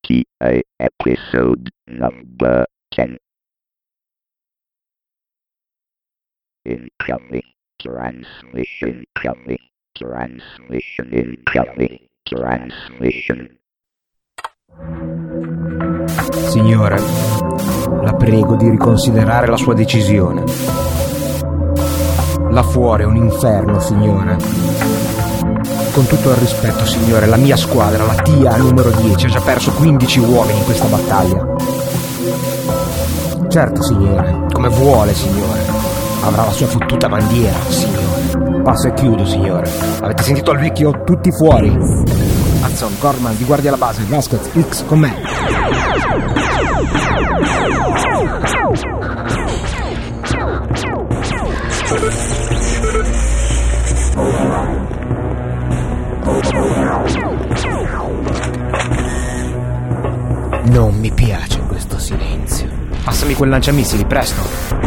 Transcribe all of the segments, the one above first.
GTA episode number 10. Incoming. Transmission coming. Transmission incoming. Transmission. Signore, la prego di riconsiderare la sua decisione. Là fuori è un inferno, signore. Con tutto il rispetto, signore, la mia squadra, la TIA numero 10, ha già perso 15 uomini in questa battaglia. Certo, signore, come vuole, signore. Avrà la sua fottuta bandiera, signore. Passo e chiudo, signore. Avete sentito il vecchio? Tutti fuori. Hudson, Gorman, di guardia alla base. Vasquez, X con me. Non mi piace questo silenzio. Passami quel lanciamissili, presto.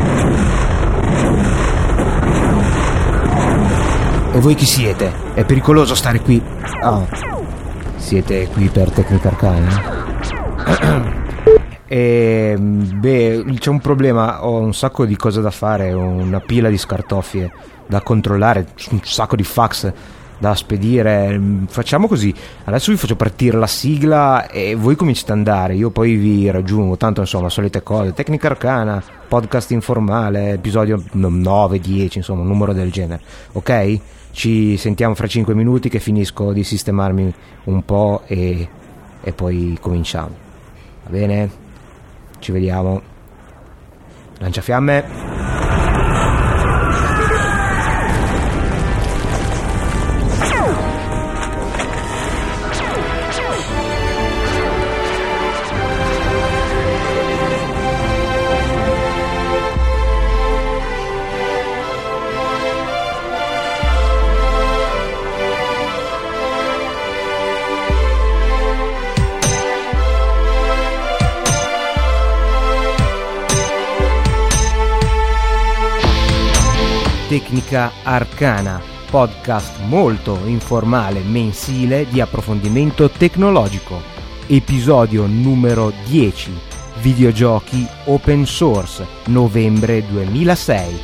E voi chi siete? È pericoloso stare qui. Ah, siete qui per Tecnica Arcana? C'è un problema. Ho un sacco di cose da fare. Ho una pila di scartoffie da controllare, un sacco di fax da spedire. Facciamo così: adesso vi faccio partire la sigla e voi cominciate ad andare, io poi vi raggiungo. Tanto insomma, solite cose, Tecnica Arcana, podcast informale, episodio 9, 10, insomma un numero del genere. Ok? Ci sentiamo fra 5 minuti che finisco di sistemarmi un po' e poi cominciamo. Va bene? Ci vediamo. Lanciafiamme. Tecnica Arcana, podcast molto informale mensile di approfondimento tecnologico. Episodio numero 10. Videogiochi open source, novembre 2006.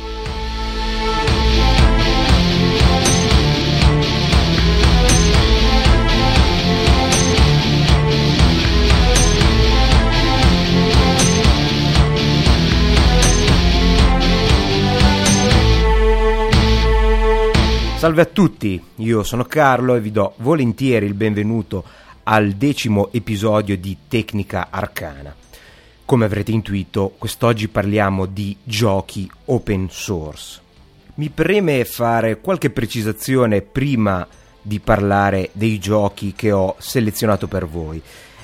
Salve a tutti, io sono Carlo e vi do volentieri il benvenuto al 10° episodio di Tecnica Arcana. Come avrete intuito, quest'oggi parliamo di giochi open source. Mi preme fare qualche precisazione prima di parlare dei giochi che ho selezionato per voi.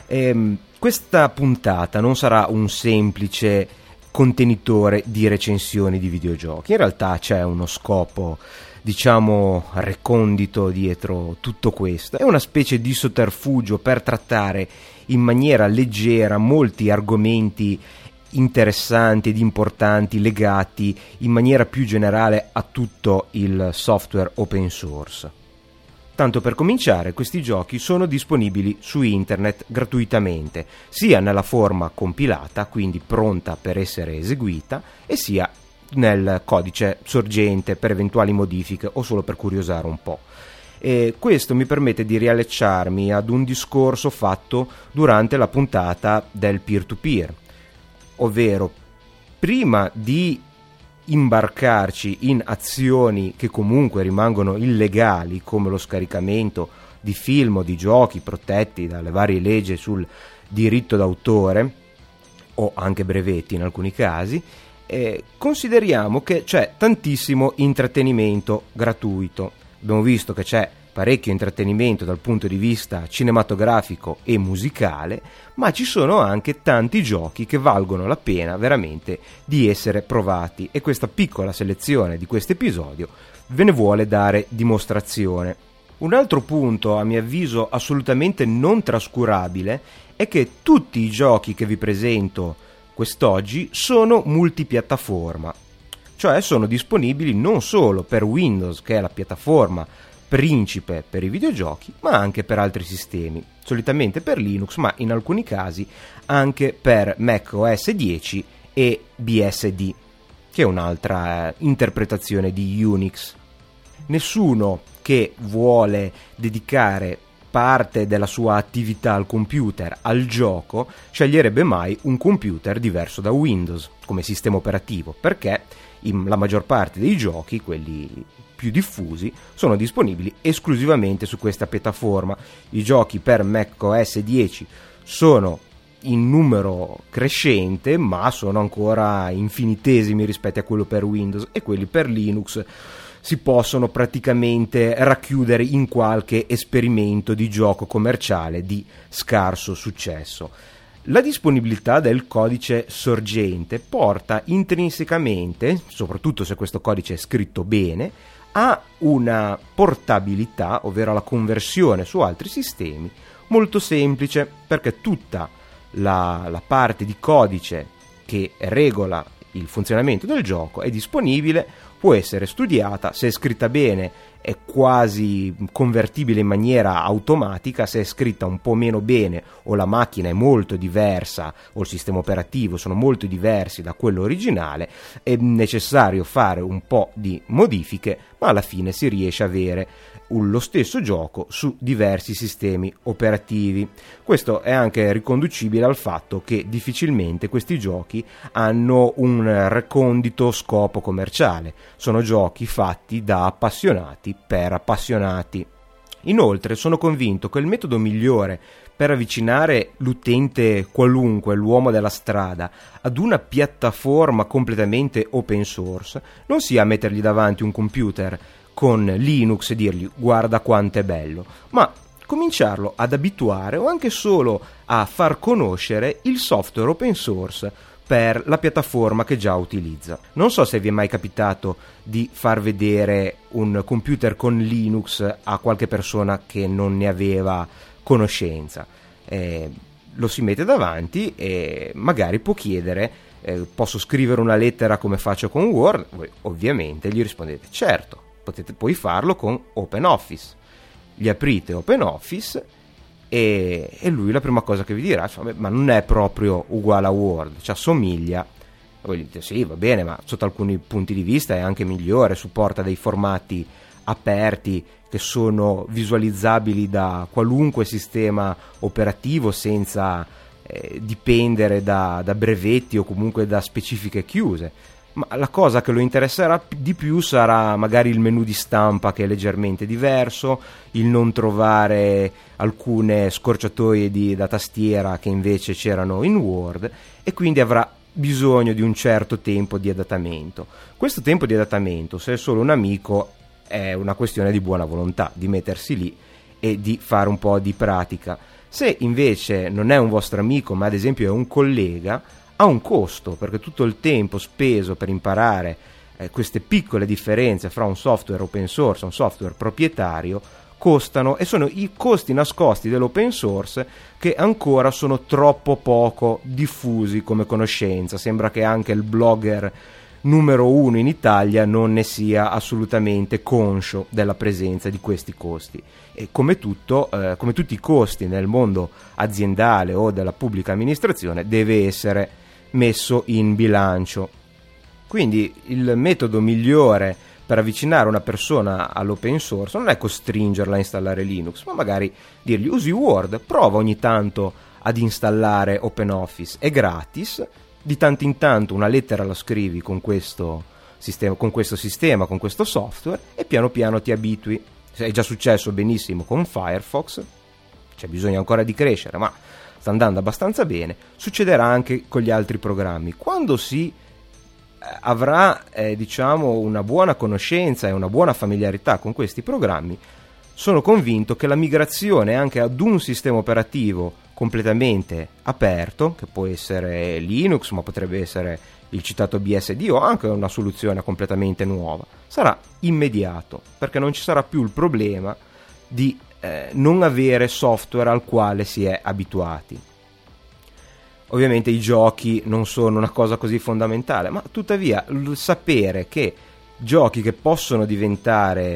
Questa puntata non sarà un semplice contenitore di recensioni di videogiochi, in realtà c'è uno scopo, diciamo, recondito dietro tutto questo. È una specie di sotterfugio per trattare in maniera leggera molti argomenti interessanti ed importanti legati in maniera più generale a tutto il software open source. Tanto per cominciare, questi giochi sono disponibili su internet gratuitamente, sia nella forma compilata, quindi pronta per essere eseguita, e sia nel codice sorgente per eventuali modifiche o solo per curiosare un po'. E questo mi permette di riallacciarmi ad un discorso fatto durante la puntata del peer-to-peer, ovvero prima di imbarcarci in azioni che comunque rimangono illegali, come lo scaricamento di film o di giochi protetti dalle varie leggi sul diritto d'autore o anche brevetti in alcuni casi, consideriamo che c'è tantissimo intrattenimento gratuito. Abbiamo visto che c'è parecchio intrattenimento dal punto di vista cinematografico e musicale, ma ci sono anche tanti giochi che valgono la pena veramente di essere provati, e questa piccola selezione di questo episodio ve ne vuole dare dimostrazione. Un altro punto, a mio avviso assolutamente non trascurabile, è che tutti i giochi che vi presento quest'oggi sono multipiattaforma, cioè sono disponibili non solo per Windows, che è la piattaforma principe per i videogiochi, ma anche per altri sistemi, solitamente per Linux, ma in alcuni casi anche per Mac OS X e BSD, che è un'altra interpretazione di Unix. Nessuno che vuole dedicare parte della sua attività al computer, al gioco, sceglierebbe mai un computer diverso da Windows come sistema operativo, perché la maggior parte dei giochi, quelli più diffusi, sono disponibili esclusivamente su questa piattaforma. I giochi per Mac OS X sono in numero crescente, ma sono ancora infinitesimi rispetto a quello per Windows, e quelli per Linux si possono praticamente racchiudere in qualche esperimento di gioco commerciale di scarso successo. La disponibilità del codice sorgente porta intrinsecamente, soprattutto se questo codice è scritto bene, a una portabilità, ovvero la conversione su altri sistemi, molto semplice, perché tutta la parte di codice che regola il funzionamento del gioco è disponibile, può essere studiata, se è scritta bene è quasi convertibile in maniera automatica, se è scritta un po' meno bene o la macchina è molto diversa o il sistema operativo sono molto diversi da quello originale, è necessario fare un po' di modifiche, ma alla fine si riesce a avere lo stesso gioco su diversi sistemi operativi. Questo è anche riconducibile al fatto che difficilmente questi giochi hanno un recondito scopo commerciale, sono giochi fatti da appassionati per appassionati. Inoltre sono convinto che il metodo migliore per avvicinare l'utente qualunque, l'uomo della strada, ad una piattaforma completamente open source non sia mettergli davanti un computer con Linux e dirgli guarda quanto è bello, ma cominciarlo ad abituare o anche solo a far conoscere il software open source per la piattaforma che già utilizza. Non so se vi è mai capitato di far vedere un computer con Linux a qualche persona che non ne aveva conoscenza. Lo si mette davanti e magari può chiedere posso scrivere una lettera come faccio con Word? Voi ovviamente gli rispondete certo, potete poi farlo con OpenOffice. Gli aprite OpenOffice e lui la prima cosa che vi dirà ma non è proprio uguale a Word, ci assomiglia. Voi gli dite sì, va bene, ma sotto alcuni punti di vista è anche migliore, supporta dei formati aperti che sono visualizzabili da qualunque sistema operativo senza dipendere da brevetti o comunque da specifiche chiuse. Ma la cosa che lo interesserà di più sarà magari il menu di stampa, che è leggermente diverso, il non trovare alcune scorciatoie da tastiera che invece c'erano in Word, e quindi avrà bisogno di un certo tempo di adattamento. Questo tempo di adattamento, se è solo un amico, è una questione di buona volontà, di mettersi lì e di fare un po' di pratica. Se invece non è un vostro amico, ma ad esempio è un collega, ha un costo, perché tutto il tempo speso per imparare queste piccole differenze fra un software open source e un software proprietario costano, e sono i costi nascosti dell'open source che ancora sono troppo poco diffusi come conoscenza. Sembra che anche il blogger numero uno in Italia non ne sia assolutamente conscio della presenza di questi costi, e come tutti i costi nel mondo aziendale o della pubblica amministrazione deve essere messo in bilancio. Quindi il metodo migliore per avvicinare una persona all'open source non è costringerla a installare Linux, ma magari dirgli usi Word, prova ogni tanto ad installare OpenOffice, è gratis, di tanto in tanto una lettera la scrivi con questo sistema, con questo software, e piano piano ti abitui. È già successo benissimo con Firefox, c'è bisogno ancora di crescere, ma sta andando abbastanza bene. Succederà anche con gli altri programmi. Quando si avrà una buona conoscenza e una buona familiarità con questi programmi, sono convinto che la migrazione anche ad un sistema operativo completamente aperto, che può essere Linux, ma potrebbe essere il citato BSD o anche una soluzione completamente nuova, sarà immediato, perché non ci sarà più il problema di non avere software al quale si è abituati. Ovviamente i giochi non sono una cosa così fondamentale, ma tuttavia sapere che giochi che possono diventare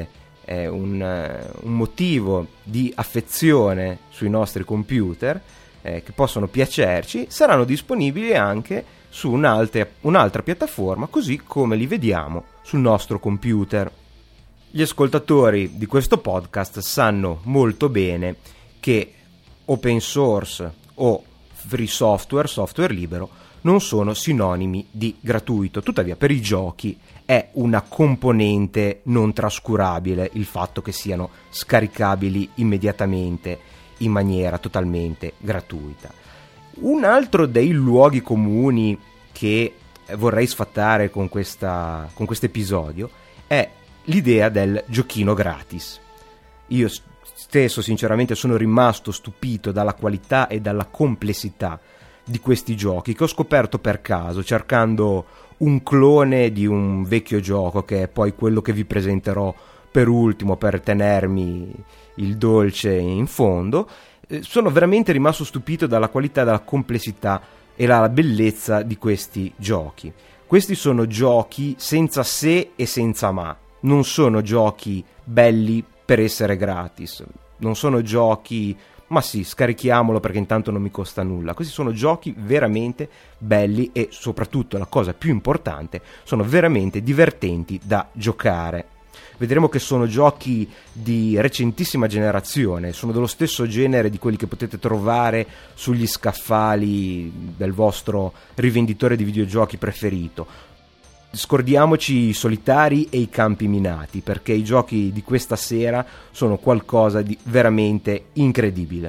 un motivo di affezione sui nostri computer, che possono piacerci, saranno disponibili anche su un'altra piattaforma, così come li vediamo sul nostro computer. Gli ascoltatori di questo podcast sanno molto bene che open source o free software, software libero, non sono sinonimi di gratuito. Tuttavia, per i giochi è una componente non trascurabile il fatto che siano scaricabili immediatamente in maniera totalmente gratuita. Un altro dei luoghi comuni che vorrei sfatare con questo episodio è l'idea del giochino gratis. Io stesso sinceramente sono rimasto stupito dalla qualità e dalla complessità di questi giochi che ho scoperto per caso cercando un clone di un vecchio gioco, che è poi quello che vi presenterò per ultimo per tenermi il dolce in fondo. Sono veramente rimasto stupito dalla qualità, dalla complessità e dalla bellezza di questi giochi. Questi sono giochi senza se e senza ma, non sono giochi belli per essere gratis, non sono giochi ma sì, scarichiamolo perché intanto non mi costa nulla. Questi sono giochi veramente belli e soprattutto, la cosa più importante, sono veramente divertenti da giocare. Vedremo che sono giochi di recentissima generazione, sono dello stesso genere di quelli che potete trovare sugli scaffali del vostro rivenditore di videogiochi preferito. Scordiamoci i solitari e i campi minati, perché i giochi di questa sera sono qualcosa di veramente incredibile.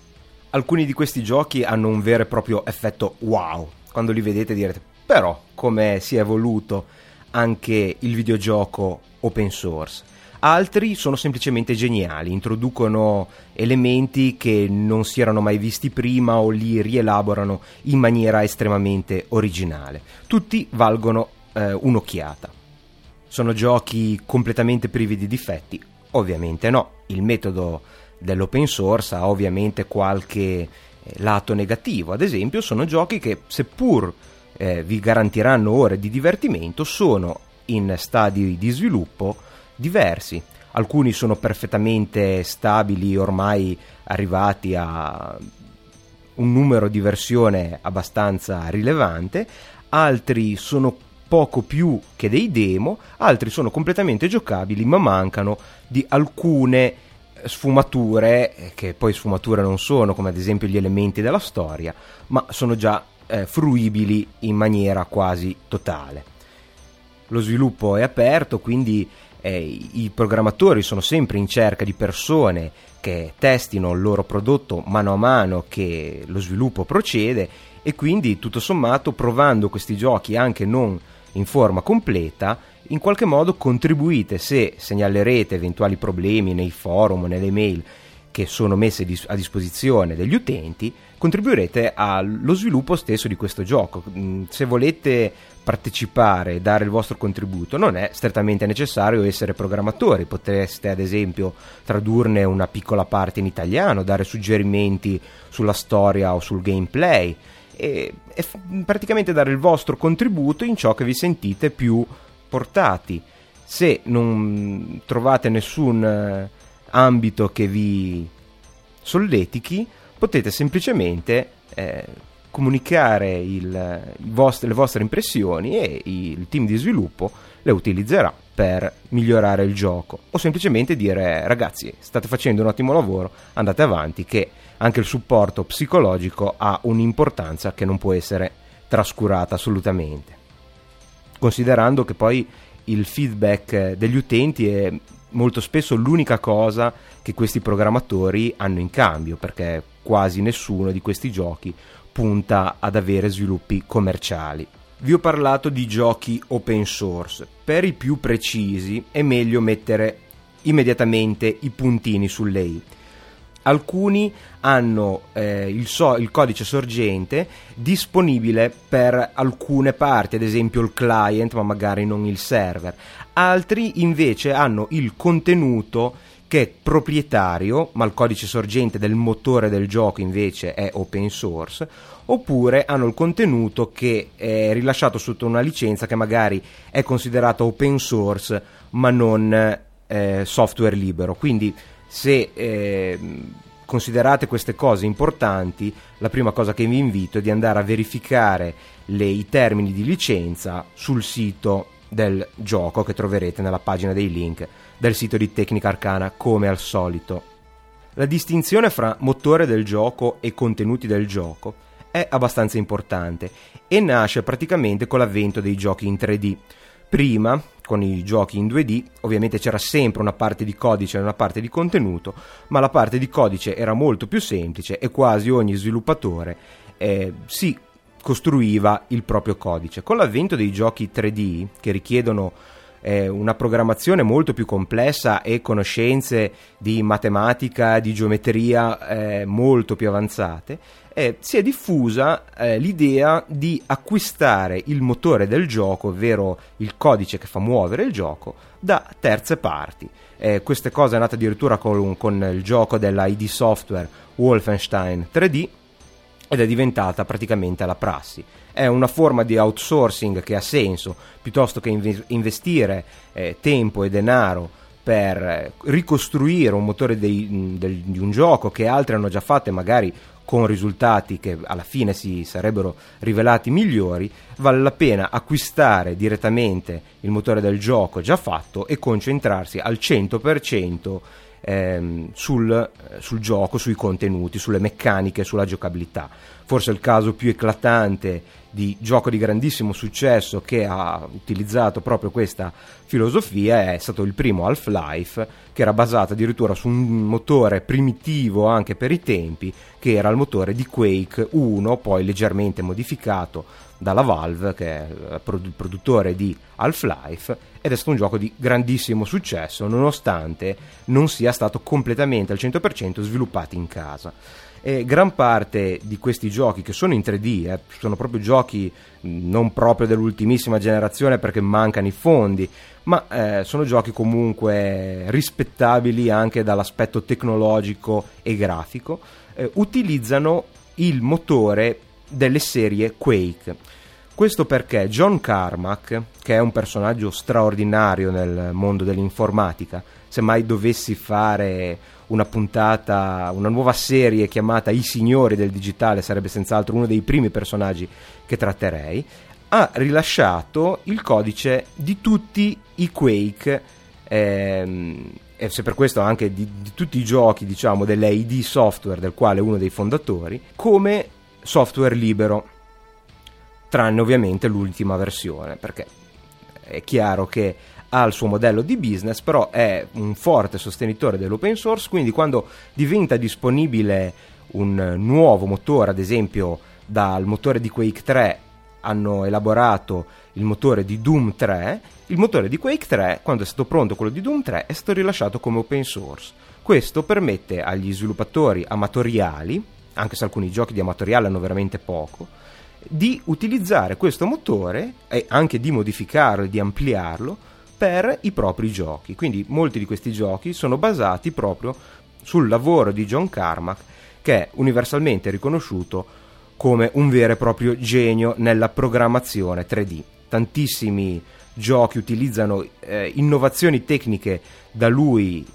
Alcuni di questi giochi hanno un vero e proprio effetto wow. Quando li vedete direte, però, come si è evoluto anche il videogioco open source. Altri sono semplicemente geniali, introducono elementi che non si erano mai visti prima o li rielaborano in maniera estremamente originale. Tutti valgono un'occhiata. Sono giochi completamente privi di difetti? Ovviamente no. Il metodo dell'open source ha ovviamente qualche lato negativo. Ad esempio, sono giochi che, seppur vi garantiranno ore di divertimento, sono in stadi di sviluppo diversi. Alcuni sono perfettamente stabili, ormai arrivati a un numero di versione abbastanza rilevante, altri sono poco più che dei demo, altri sono completamente giocabili ma mancano di alcune sfumature, che poi sfumature non sono, come ad esempio gli elementi della storia, ma sono già fruibili in maniera quasi totale. Lo sviluppo è aperto, quindi i programmatori sono sempre in cerca di persone che testino il loro prodotto mano a mano che lo sviluppo procede, e quindi tutto sommato, provando questi giochi anche non in forma completa, in qualche modo contribuite, se segnalerete eventuali problemi nei forum o nelle mail che sono messe a disposizione degli utenti, contribuirete allo sviluppo stesso di questo gioco. Se volete partecipare, dare il vostro contributo, non è strettamente necessario essere programmatori, potreste ad esempio tradurne una piccola parte in italiano, dare suggerimenti sulla storia o sul gameplay e praticamente dare il vostro contributo in ciò che vi sentite più portati. Se non trovate nessun ambito che vi solletichi, potete semplicemente comunicare le vostre impressioni e il team di sviluppo le utilizzerà per migliorare il gioco, o semplicemente dire: ragazzi, state facendo un ottimo lavoro, andate avanti, che anche il supporto psicologico ha un'importanza che non può essere trascurata assolutamente, considerando che poi il feedback degli utenti è molto spesso l'unica cosa che questi programmatori hanno in cambio, perché quasi nessuno di questi giochi punta ad avere sviluppi commerciali. Vi ho parlato di giochi open source. Per i più precisi è meglio mettere immediatamente i puntini sulle i. Alcuni hanno il codice sorgente disponibile per alcune parti, ad esempio il client, ma magari non il server. Altri invece hanno il contenuto che è proprietario, ma il codice sorgente del motore del gioco invece è open source, oppure hanno il contenuto che è rilasciato sotto una licenza che magari è considerata open source ma non software libero. Quindi se considerate queste cose importanti, la prima cosa che vi invito è di andare a verificare i termini di licenza sul sito del gioco, che troverete nella pagina dei link del sito di Tecnica Arcana, come al solito. La distinzione fra motore del gioco e contenuti del gioco è abbastanza importante e nasce praticamente con l'avvento dei giochi in 3D. Prima, con i giochi in 2D, ovviamente c'era sempre una parte di codice e una parte di contenuto, ma la parte di codice era molto più semplice e quasi ogni sviluppatore si costruiva il proprio codice. Con l'avvento dei giochi 3D, che richiedono una programmazione molto più complessa e conoscenze di matematica, di geometria molto più avanzate, si è diffusa l'idea di acquistare il motore del gioco, ovvero il codice che fa muovere il gioco, da terze parti. Queste cose è nata addirittura con il gioco della ID Software Wolfenstein 3D ed è diventata praticamente la prassi. È una forma di outsourcing che ha senso, piuttosto che investire tempo e denaro per ricostruire un motore di un gioco che altri hanno già fatto e magari con risultati che alla fine si sarebbero rivelati migliori. Vale la pena acquistare direttamente il motore del gioco già fatto e concentrarsi al 100% sul gioco, sui contenuti, sulle meccaniche, sulla giocabilità. Forse il caso più eclatante di gioco di grandissimo successo che ha utilizzato proprio questa filosofia è stato il primo Half-Life, che era basato addirittura su un motore primitivo anche per i tempi, che era il motore di Quake 1, poi leggermente modificato dalla Valve, che è il produttore di Half-Life, ed è stato un gioco di grandissimo successo nonostante non sia stato completamente al 100% sviluppato in casa. E gran parte di questi giochi, che sono in 3D, sono proprio giochi non proprio dell'ultimissima generazione perché mancano i fondi, ma sono giochi comunque rispettabili anche dall'aspetto tecnologico e grafico, utilizzano il motore delle serie Quake. Questo perché John Carmack, che è un personaggio straordinario nel mondo dell'informatica, se mai dovessi fare una puntata, una nuova serie chiamata I Signori del Digitale, sarebbe senz'altro uno dei primi personaggi che tratterei, ha rilasciato il codice di tutti i Quake, e se per questo anche di tutti i giochi, diciamo, delle ID Software, del quale è uno dei fondatori, come software libero, tranne ovviamente l'ultima versione, perché è chiaro che ha il suo modello di business, però è un forte sostenitore dell'open source. Quindi quando diventa disponibile un nuovo motore, ad esempio dal motore di Quake 3 hanno elaborato il motore di Doom 3, il motore di Quake 3, quando è stato pronto quello di Doom 3, è stato rilasciato come open source. Questo permette agli sviluppatori amatoriali, anche se alcuni giochi di amatoriale hanno veramente poco, di utilizzare questo motore e anche di modificarlo e di ampliarlo per i propri giochi. Quindi molti di questi giochi sono basati proprio sul lavoro di John Carmack, che è universalmente riconosciuto come un vero e proprio genio nella programmazione 3D. Tantissimi giochi utilizzano innovazioni tecniche da lui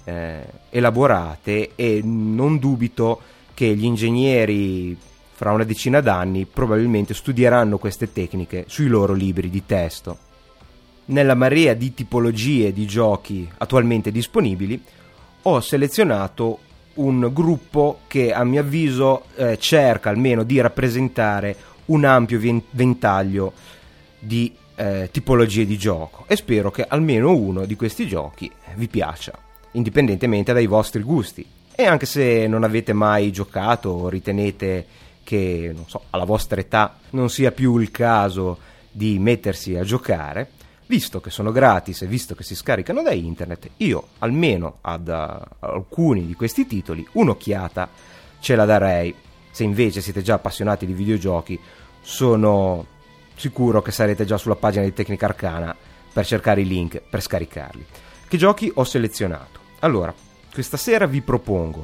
elaborate, e non dubito che gli ingegneri fra una decina d'anni probabilmente studieranno queste tecniche sui loro libri di testo. Nella marea di tipologie di giochi attualmente disponibili ho selezionato un gruppo che a mio avviso cerca almeno di rappresentare un ampio ventaglio di tipologie di gioco, e spero che almeno uno di questi giochi vi piaccia, indipendentemente dai vostri gusti. E anche se non avete mai giocato o ritenete che, non so, alla vostra età non sia più il caso di mettersi a giocare, visto che sono gratis e visto che si scaricano da internet, io almeno ad alcuni di questi titoli un'occhiata ce la darei. Se invece siete già appassionati di videogiochi, sono sicuro che sarete già sulla pagina di Tecnica Arcana per cercare i link per scaricarli. Che giochi ho selezionato? Allora, questa sera vi propongo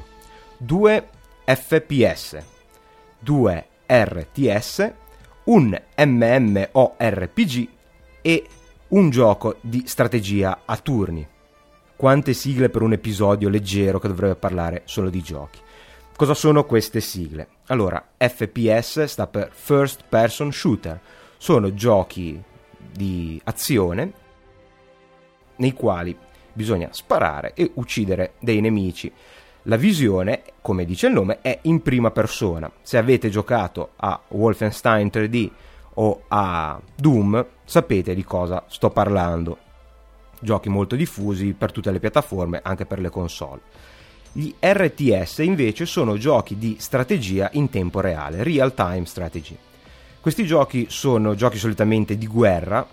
2 FPS, 2 RTS, un MMORPG e un gioco di strategia a turni. quante sigle per un episodio leggero che dovrebbe parlare solo di giochi. Cosa sono queste sigle? Allora, FPS sta per First Person Shooter, sono giochi di azione nei quali bisogna sparare e uccidere dei nemici. La visione, come dice il nome, è in prima persona. Se avete giocato a Wolfenstein 3D o a Doom, sapete di cosa sto parlando. Giochi molto diffusi per tutte le piattaforme, anche per le console. Gli RTS invece sono giochi di strategia in tempo reale, real time strategy. Questi giochi sono giochi solitamente di guerra,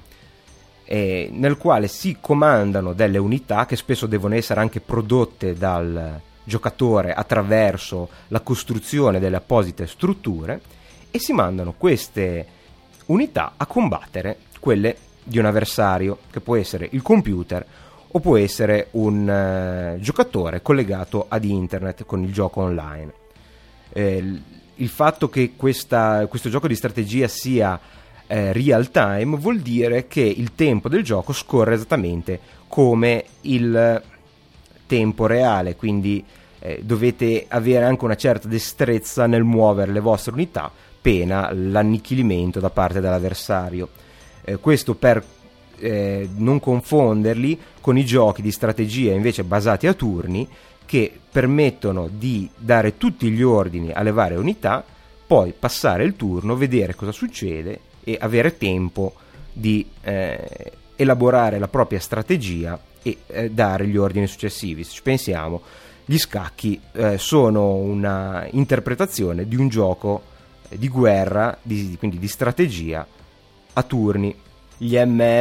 nel quale si comandano delle unità che spesso devono essere anche prodotte dal giocatore attraverso la costruzione delle apposite strutture, e si mandano queste unità a combattere quelle di un avversario, che può essere il computer o può essere un giocatore collegato ad internet con il gioco online. Il fatto che questo gioco di strategia sia real time vuol dire che il tempo del gioco scorre esattamente come il tempo reale, quindi dovete avere anche una certa destrezza nel muovere le vostre unità, pena l'annichilimento da parte dell'avversario. Questo per non confonderli con i giochi di strategia invece basati a turni, che permettono di dare tutti gli ordini alle varie unità, poi passare il turno, vedere cosa succede e avere tempo di elaborare la propria strategia e dare gli ordini successivi. Se ci pensiamo, gli scacchi sono una interpretazione di un gioco di guerra, quindi di strategia a turni. Gli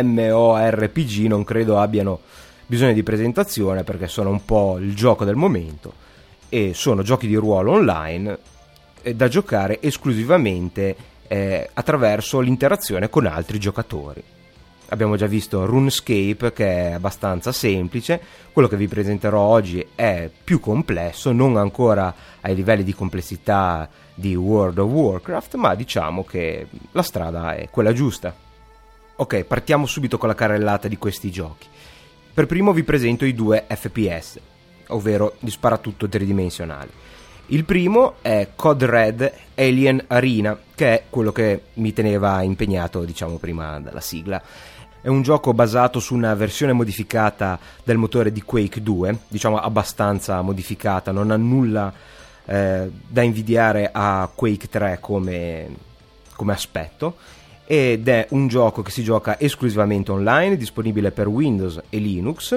MMORPG non credo abbiano bisogno di presentazione, perché sono un po' il gioco del momento e sono giochi di ruolo online da giocare esclusivamente attraverso l'interazione con altri giocatori. Abbiamo già visto RuneScape, che è abbastanza semplice. Quello che vi presenterò oggi è più complesso, non ancora ai livelli di complessità di World of Warcraft, ma diciamo che la strada è quella giusta. Ok, partiamo subito con la carrellata di questi giochi. Per primo vi presento i 2 FPS, ovvero gli sparatutto tridimensionali. Il primo è Code Red Alien Arena, che è quello che mi teneva impegnato, diciamo, prima della sigla. È un gioco basato su una versione modificata del motore di Quake 2, diciamo abbastanza modificata, non ha nulla da invidiare a Quake 3 come aspetto, ed è un gioco che si gioca esclusivamente online, disponibile per Windows e Linux,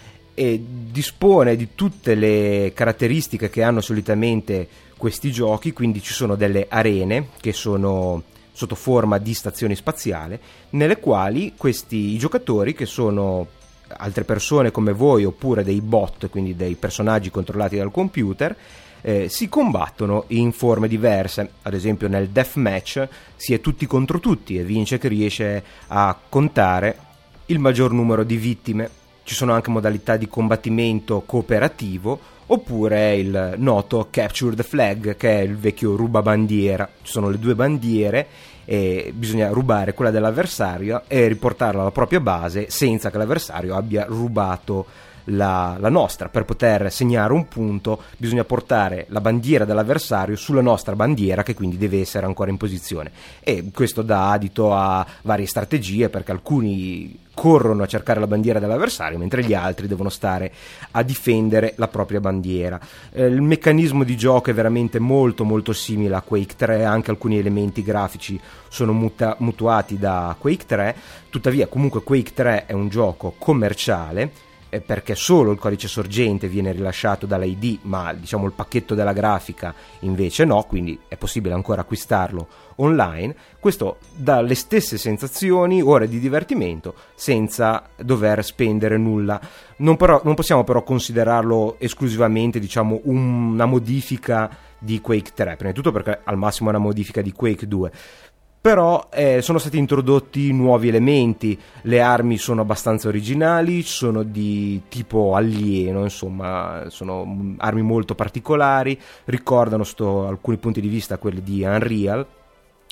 e dispone di tutte le caratteristiche che hanno solitamente questi giochi. Quindi ci sono delle arene che sono sotto forma di stazioni spaziali, nelle quali i giocatori, che sono altre persone come voi oppure dei bot, quindi dei personaggi controllati dal computer, si combattono in forme diverse. Ad esempio nel deathmatch si è tutti contro tutti e vince chi riesce a contare il maggior numero di vittime. Ci sono anche modalità di combattimento cooperativo, oppure il noto Capture the Flag, che è il vecchio rubabandiera. Ci sono le 2 bandiere e bisogna rubare quella dell'avversario e riportarla alla propria base senza che l'avversario abbia rubato la nostra. Per poter segnare un punto bisogna portare la bandiera dell'avversario sulla nostra bandiera, che quindi deve essere ancora in posizione, e questo dà adito a varie strategie, perché alcuni corrono a cercare la bandiera dell'avversario mentre gli altri devono stare a difendere la propria bandiera. Il meccanismo di gioco è veramente molto molto simile a Quake 3, anche alcuni elementi grafici sono mutuati da Quake 3. Tuttavia comunque Quake 3 è un gioco commerciale, perché solo il codice sorgente viene rilasciato dall'ID, ma diciamo il pacchetto della grafica invece no, quindi è possibile ancora acquistarlo online. Questo dà le stesse sensazioni, ore di divertimento, senza dover spendere nulla. Non possiamo però considerarlo esclusivamente, diciamo, una modifica di Quake 3, prima di tutto perché al massimo è una modifica di Quake 2. Però sono stati introdotti nuovi elementi, le armi sono abbastanza originali, sono di tipo alieno, insomma sono armi molto particolari, ricordano sotto alcuni punti di vista quelle di Unreal,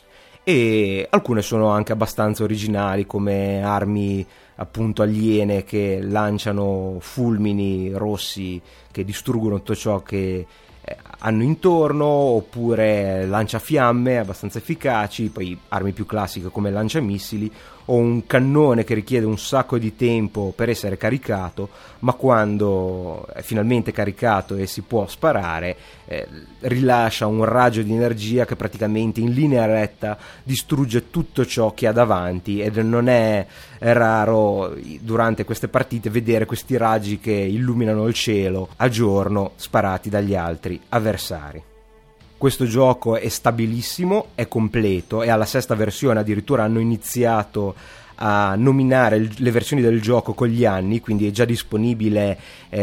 e alcune sono anche abbastanza originali, come armi appunto aliene che lanciano fulmini rossi che distruggono tutto ciò che hanno intorno, oppure lanciafiamme abbastanza efficaci, poi armi più classiche come lanciamissili, o un cannone che richiede un sacco di tempo per essere caricato, ma quando è finalmente caricato e si può sparare rilascia un raggio di energia che praticamente in linea retta distrugge tutto ciò che ha davanti, ed non è raro durante queste partite vedere questi raggi che illuminano il cielo a giorno sparati dagli altri avversari. Questo gioco è stabilissimo, è completo, e alla 6ª versione addirittura hanno iniziato a nominare le versioni del gioco con gli anni, quindi è già disponibile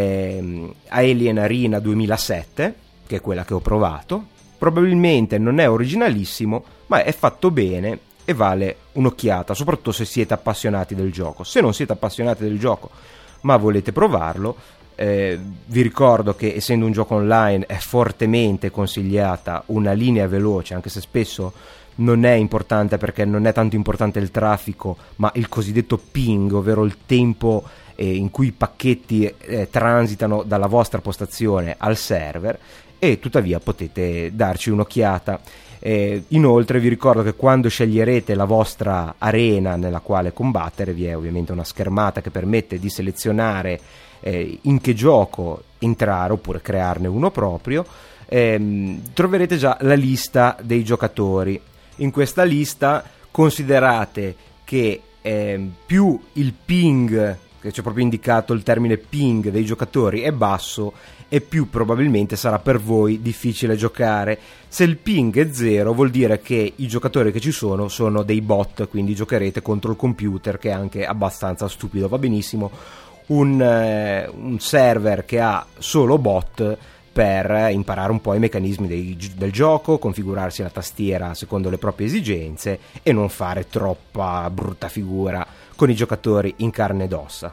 Alien Arena 2007, che è quella che ho provato. Probabilmente non è originalissimo, ma è fatto bene e vale un'occhiata, soprattutto se siete appassionati del gioco. Se non siete appassionati del gioco ma volete provarlo, vi ricordo che essendo un gioco online è fortemente consigliata una linea veloce, anche se spesso non è importante, perché non è tanto importante il traffico ma il cosiddetto ping, ovvero il tempo in cui i pacchetti transitano dalla vostra postazione al server, e tuttavia potete darci un'occhiata. Inoltre vi ricordo che quando sceglierete la vostra arena nella quale combattere, vi è ovviamente una schermata che permette di selezionare in che gioco entrare oppure crearne uno proprio. Troverete già la lista dei giocatori. In questa lista considerate che più il ping, che c'è proprio indicato il termine ping, dei giocatori è basso, e più probabilmente sarà per voi difficile giocare. Se il ping è 0 vuol dire che i giocatori che ci sono dei bot, quindi giocherete contro il computer, che è anche abbastanza stupido. Va benissimo un server che ha solo bot per imparare un po' i meccanismi del gioco, configurarsi la tastiera secondo le proprie esigenze e non fare troppa brutta figura con i giocatori in carne ed ossa.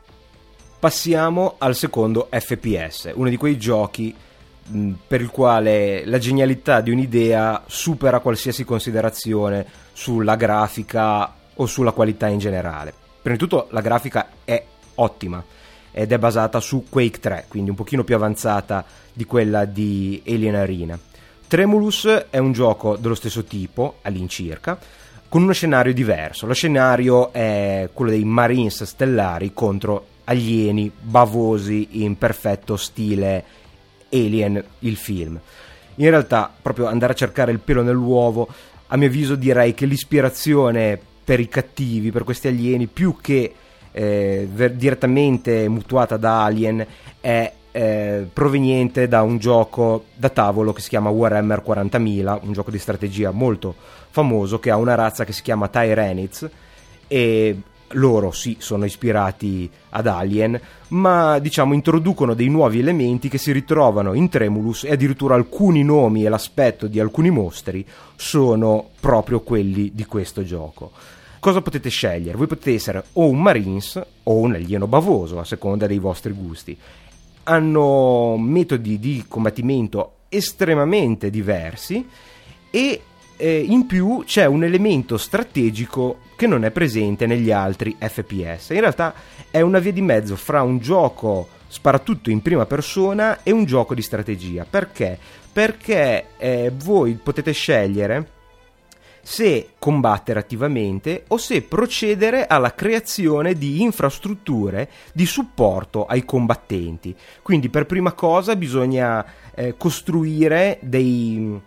Passiamo al secondo FPS, uno di quei giochi per il quale la genialità di un'idea supera qualsiasi considerazione sulla grafica o sulla qualità in generale. Prima di tutto la grafica è ottima ed è basata su Quake 3, quindi un pochino più avanzata di quella di Alien Arena. Tremulous è un gioco dello stesso tipo, all'incirca, con uno scenario diverso. Lo scenario è quello dei Marines stellari contro alieni bavosi in perfetto stile Alien, il film. In realtà, proprio andare a cercare il pelo nell'uovo, a mio avviso direi che l'ispirazione per i cattivi, per questi alieni, più che direttamente mutuata da Alien, è proveniente da un gioco da tavolo che si chiama Warhammer 40.000, un gioco di strategia molto famoso che ha una razza che si chiama Tyranids, e loro sì sono ispirati ad Alien, ma diciamo introducono dei nuovi elementi che si ritrovano in Tremulous, e addirittura alcuni nomi e l'aspetto di alcuni mostri sono proprio quelli di questo gioco. Cosa potete scegliere? Voi potete essere o un Marines o un alieno bavoso, a seconda dei vostri gusti. Hanno metodi di combattimento estremamente diversi, e in più c'è un elemento strategico che non è presente negli altri FPS. In realtà è una via di mezzo fra un gioco sparatutto in prima persona e un gioco di strategia. Perché? Perché voi potete scegliere se combattere attivamente o se procedere alla creazione di infrastrutture di supporto ai combattenti. Quindi per prima cosa bisogna costruire dei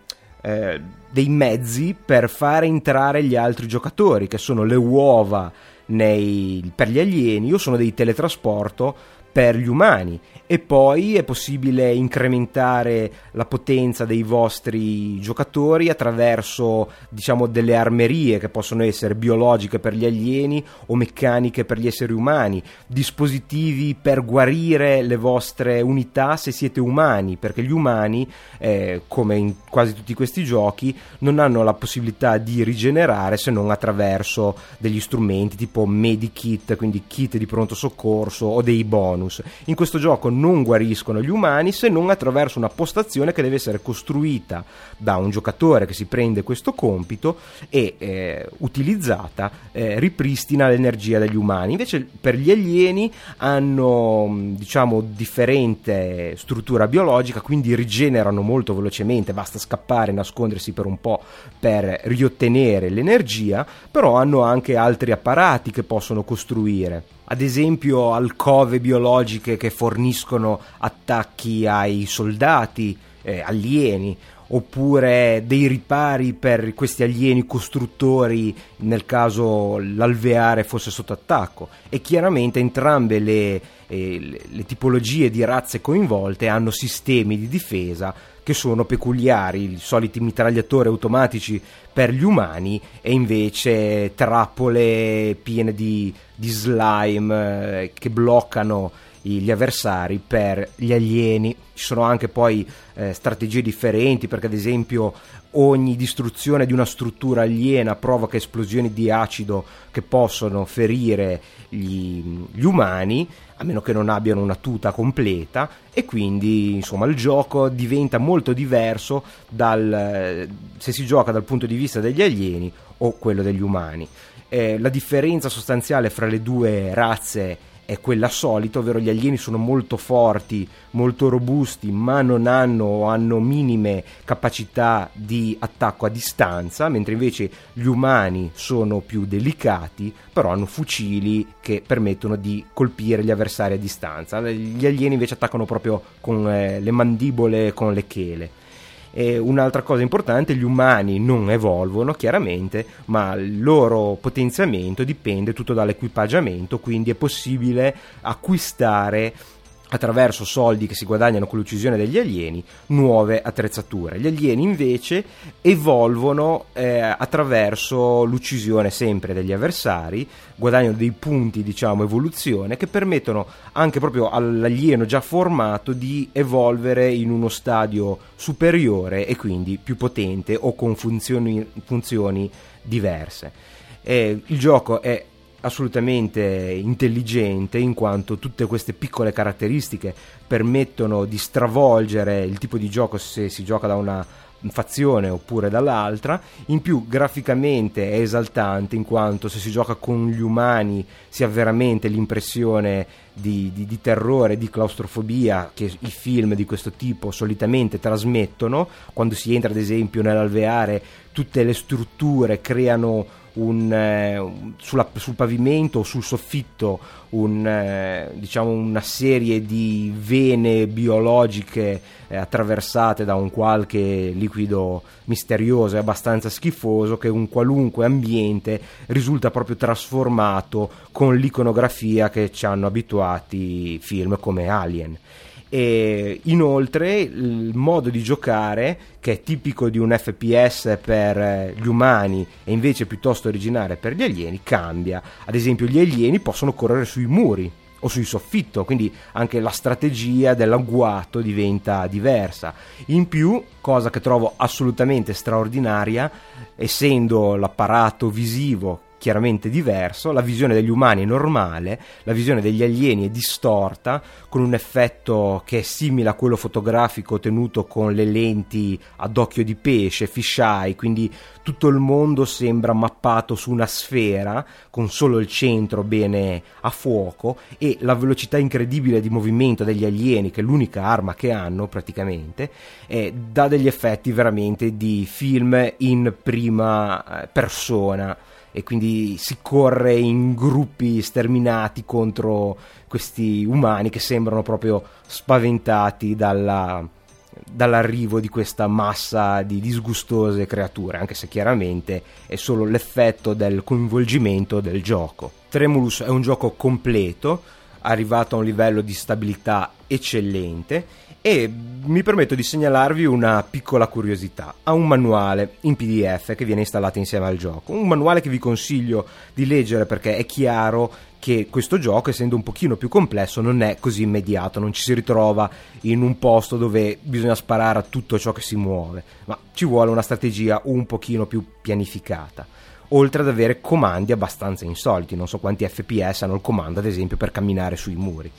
mezzi per fare entrare gli altri giocatori, che sono le uova per gli alieni, o sono dei teletrasporto per gli umani, e poi è possibile incrementare la potenza dei vostri giocatori attraverso, diciamo, delle armerie che possono essere biologiche per gli alieni o meccaniche per gli esseri umani, dispositivi per guarire le vostre unità se siete umani, perché gli umani, come in quasi tutti questi giochi, non hanno la possibilità di rigenerare se non attraverso degli strumenti tipo medikit, quindi kit di pronto soccorso, o dei bonus. bonus. In questo gioco non guariscono gli umani se non attraverso una postazione che deve essere costruita da un giocatore che si prende questo compito e utilizzata ripristina l'energia degli umani. Invece per gli alieni hanno, diciamo, differente struttura biologica, quindi rigenerano molto velocemente, basta scappare, nascondersi per un po' per riottenere l'energia, però hanno anche altri apparati che possono costruire, ad esempio alcove biologiche che forniscono attacchi ai soldati alieni, oppure dei ripari per questi alieni costruttori nel caso l'alveare fosse sotto attacco. E chiaramente entrambe le tipologie di razze coinvolte hanno sistemi di difesa che sono peculiari, i soliti mitragliatori automatici per gli umani e invece trappole piene di slime che bloccano gli avversari per gli alieni. Ci sono anche poi strategie differenti, perché ad esempio ogni distruzione di una struttura aliena provoca esplosioni di acido che possono ferire gli umani, a meno che non abbiano una tuta completa, e quindi insomma il gioco diventa molto diverso se si gioca dal punto di vista degli alieni o quello degli umani. La differenza sostanziale fra le due razze è quella solita, ovvero gli alieni sono molto forti, molto robusti, ma non hanno minime capacità di attacco a distanza, mentre invece gli umani sono più delicati, però hanno fucili che permettono di colpire gli avversari a distanza. Gli alieni invece attaccano proprio con le mandibole, con le chele. E un'altra cosa importante, gli umani non evolvono chiaramente, ma il loro potenziamento dipende tutto dall'equipaggiamento, quindi è possibile acquistare attraverso soldi che si guadagnano con l'uccisione degli alieni nuove attrezzature. Gli alieni invece evolvono attraverso l'uccisione sempre degli avversari, guadagnano dei punti, diciamo, evoluzione, che permettono anche proprio all'alieno già formato di evolvere in uno stadio superiore e quindi più potente o con funzioni diverse. Il gioco è assolutamente intelligente, in quanto tutte queste piccole caratteristiche permettono di stravolgere il tipo di gioco se si gioca da una fazione oppure dall'altra. In più graficamente è esaltante, in quanto se si gioca con gli umani si ha veramente l'impressione di terrore, di claustrofobia che i film di questo tipo solitamente trasmettono. Quando si entra ad esempio nell'alveare, tutte le strutture creano sul pavimento o sul soffitto diciamo una serie di vene biologiche attraversate da un qualche liquido misterioso e abbastanza schifoso, che un qualunque ambiente risulta proprio trasformato con l'iconografia che ci hanno abituati film come Alien. E inoltre il modo di giocare, che è tipico di un FPS per gli umani e invece piuttosto originale per gli alieni, cambia. Ad esempio gli alieni possono correre sui muri o sul soffitto, quindi anche la strategia dell'agguato diventa diversa. In più, cosa che trovo assolutamente straordinaria, essendo l'apparato visivo chiaramente diverso, la visione degli umani è normale, la visione degli alieni è distorta, con un effetto che è simile a quello fotografico ottenuto con le lenti ad occhio di pesce, fisheye, quindi tutto il mondo sembra mappato su una sfera con solo il centro bene a fuoco, e la velocità incredibile di movimento degli alieni, che è l'unica arma che hanno praticamente, dà degli effetti veramente di film in prima persona, e quindi si corre in gruppi sterminati contro questi umani che sembrano proprio spaventati dall'arrivo di questa massa di disgustose creature, anche se chiaramente è solo l'effetto del coinvolgimento del gioco. Tremulous è un gioco completo, arrivato a un livello di stabilità eccellente, e mi permetto di segnalarvi una piccola curiosità. Ha un manuale in PDF che viene installato insieme al gioco, un manuale che vi consiglio di leggere, perché è chiaro che questo gioco, essendo un pochino più complesso, non è così immediato, non ci si ritrova in un posto dove bisogna sparare a tutto ciò che si muove, ma ci vuole una strategia un pochino più pianificata, oltre ad avere comandi abbastanza insoliti. Non so quanti FPS hanno il comando ad esempio per camminare sui muri.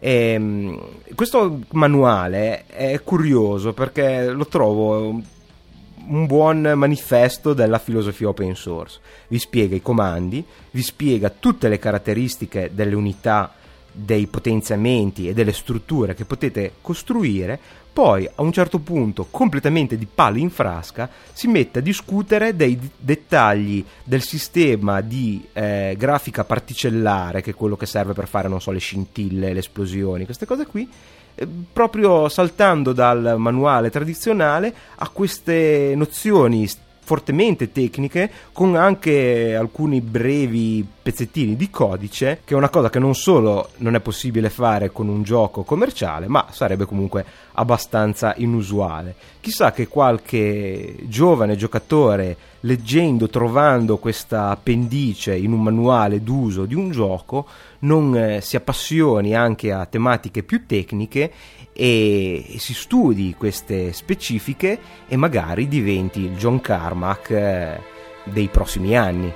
Questo manuale è curioso perché lo trovo un buon manifesto della filosofia open source. Vi spiega i comandi, vi spiega tutte le caratteristiche delle unità, dei potenziamenti e delle strutture che potete costruire. Poi a un certo punto, completamente di palo in frasca, si mette a discutere dei dettagli del sistema di grafica particellare, che è quello che serve per fare, non so, le scintille, le esplosioni, queste cose qui, proprio saltando dal manuale tradizionale a queste nozioni fortemente tecniche, con anche alcuni brevi pezzettini di codice, che è una cosa che non solo non è possibile fare con un gioco commerciale, ma sarebbe comunque abbastanza inusuale. Chissà che qualche giovane giocatore, leggendo, trovando questa appendice in un manuale d'uso di un gioco, non si appassioni anche a tematiche più tecniche e si studi queste specifiche e magari diventi il John Carmack dei prossimi anni.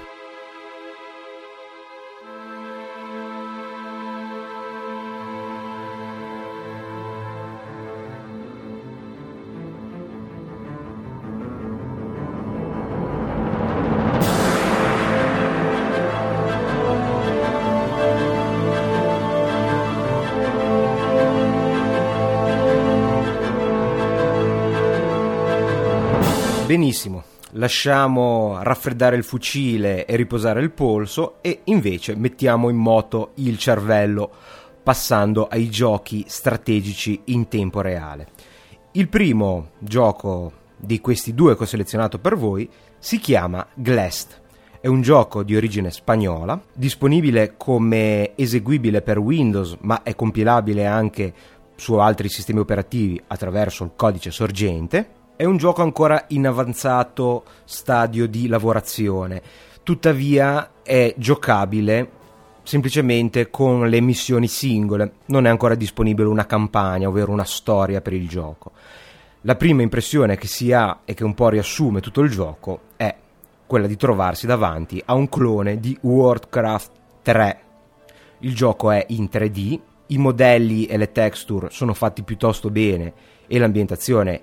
Benissimo, lasciamo raffreddare il fucile e riposare il polso e invece mettiamo in moto il cervello passando ai giochi strategici in tempo reale. Il primo gioco di questi due che ho selezionato per voi si chiama Glest. È un gioco di origine spagnola, disponibile come eseguibile per Windows, ma è compilabile anche su altri sistemi operativi attraverso il codice sorgente. È un gioco ancora in avanzato stadio di lavorazione, tuttavia è giocabile semplicemente con le missioni singole, non è ancora disponibile una campagna, ovvero una storia per il gioco. La prima impressione che si ha e che un po' riassume tutto il gioco è quella di trovarsi davanti a un clone di Warcraft 3. Il gioco è in 3D, i modelli e le texture sono fatti piuttosto bene e l'ambientazione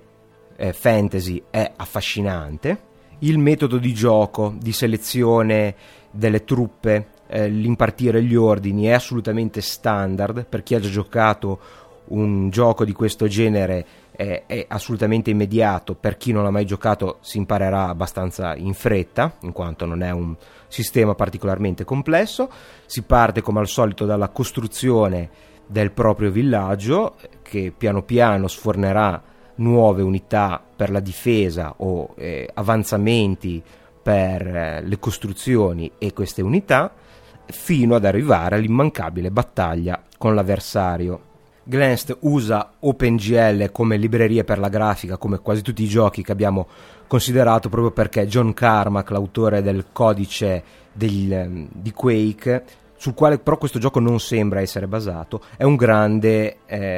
fantasy è affascinante. Il metodo di gioco, di selezione delle truppe, l'impartire gli ordini è assolutamente standard. Per chi ha già giocato un gioco di questo genere è assolutamente immediato. Per chi non l'ha mai giocato si imparerà abbastanza in fretta, in quanto non è un sistema particolarmente complesso. Si parte come al solito dalla costruzione del proprio villaggio, che piano piano sfornerà nuove unità per la difesa o avanzamenti per le costruzioni e queste unità, fino ad arrivare all'immancabile battaglia con l'avversario. Glest usa OpenGL come libreria per la grafica, come quasi tutti i giochi che abbiamo considerato, proprio perché John Carmack, l'autore del codice di Quake, sul quale però questo gioco non sembra essere basato, è un grande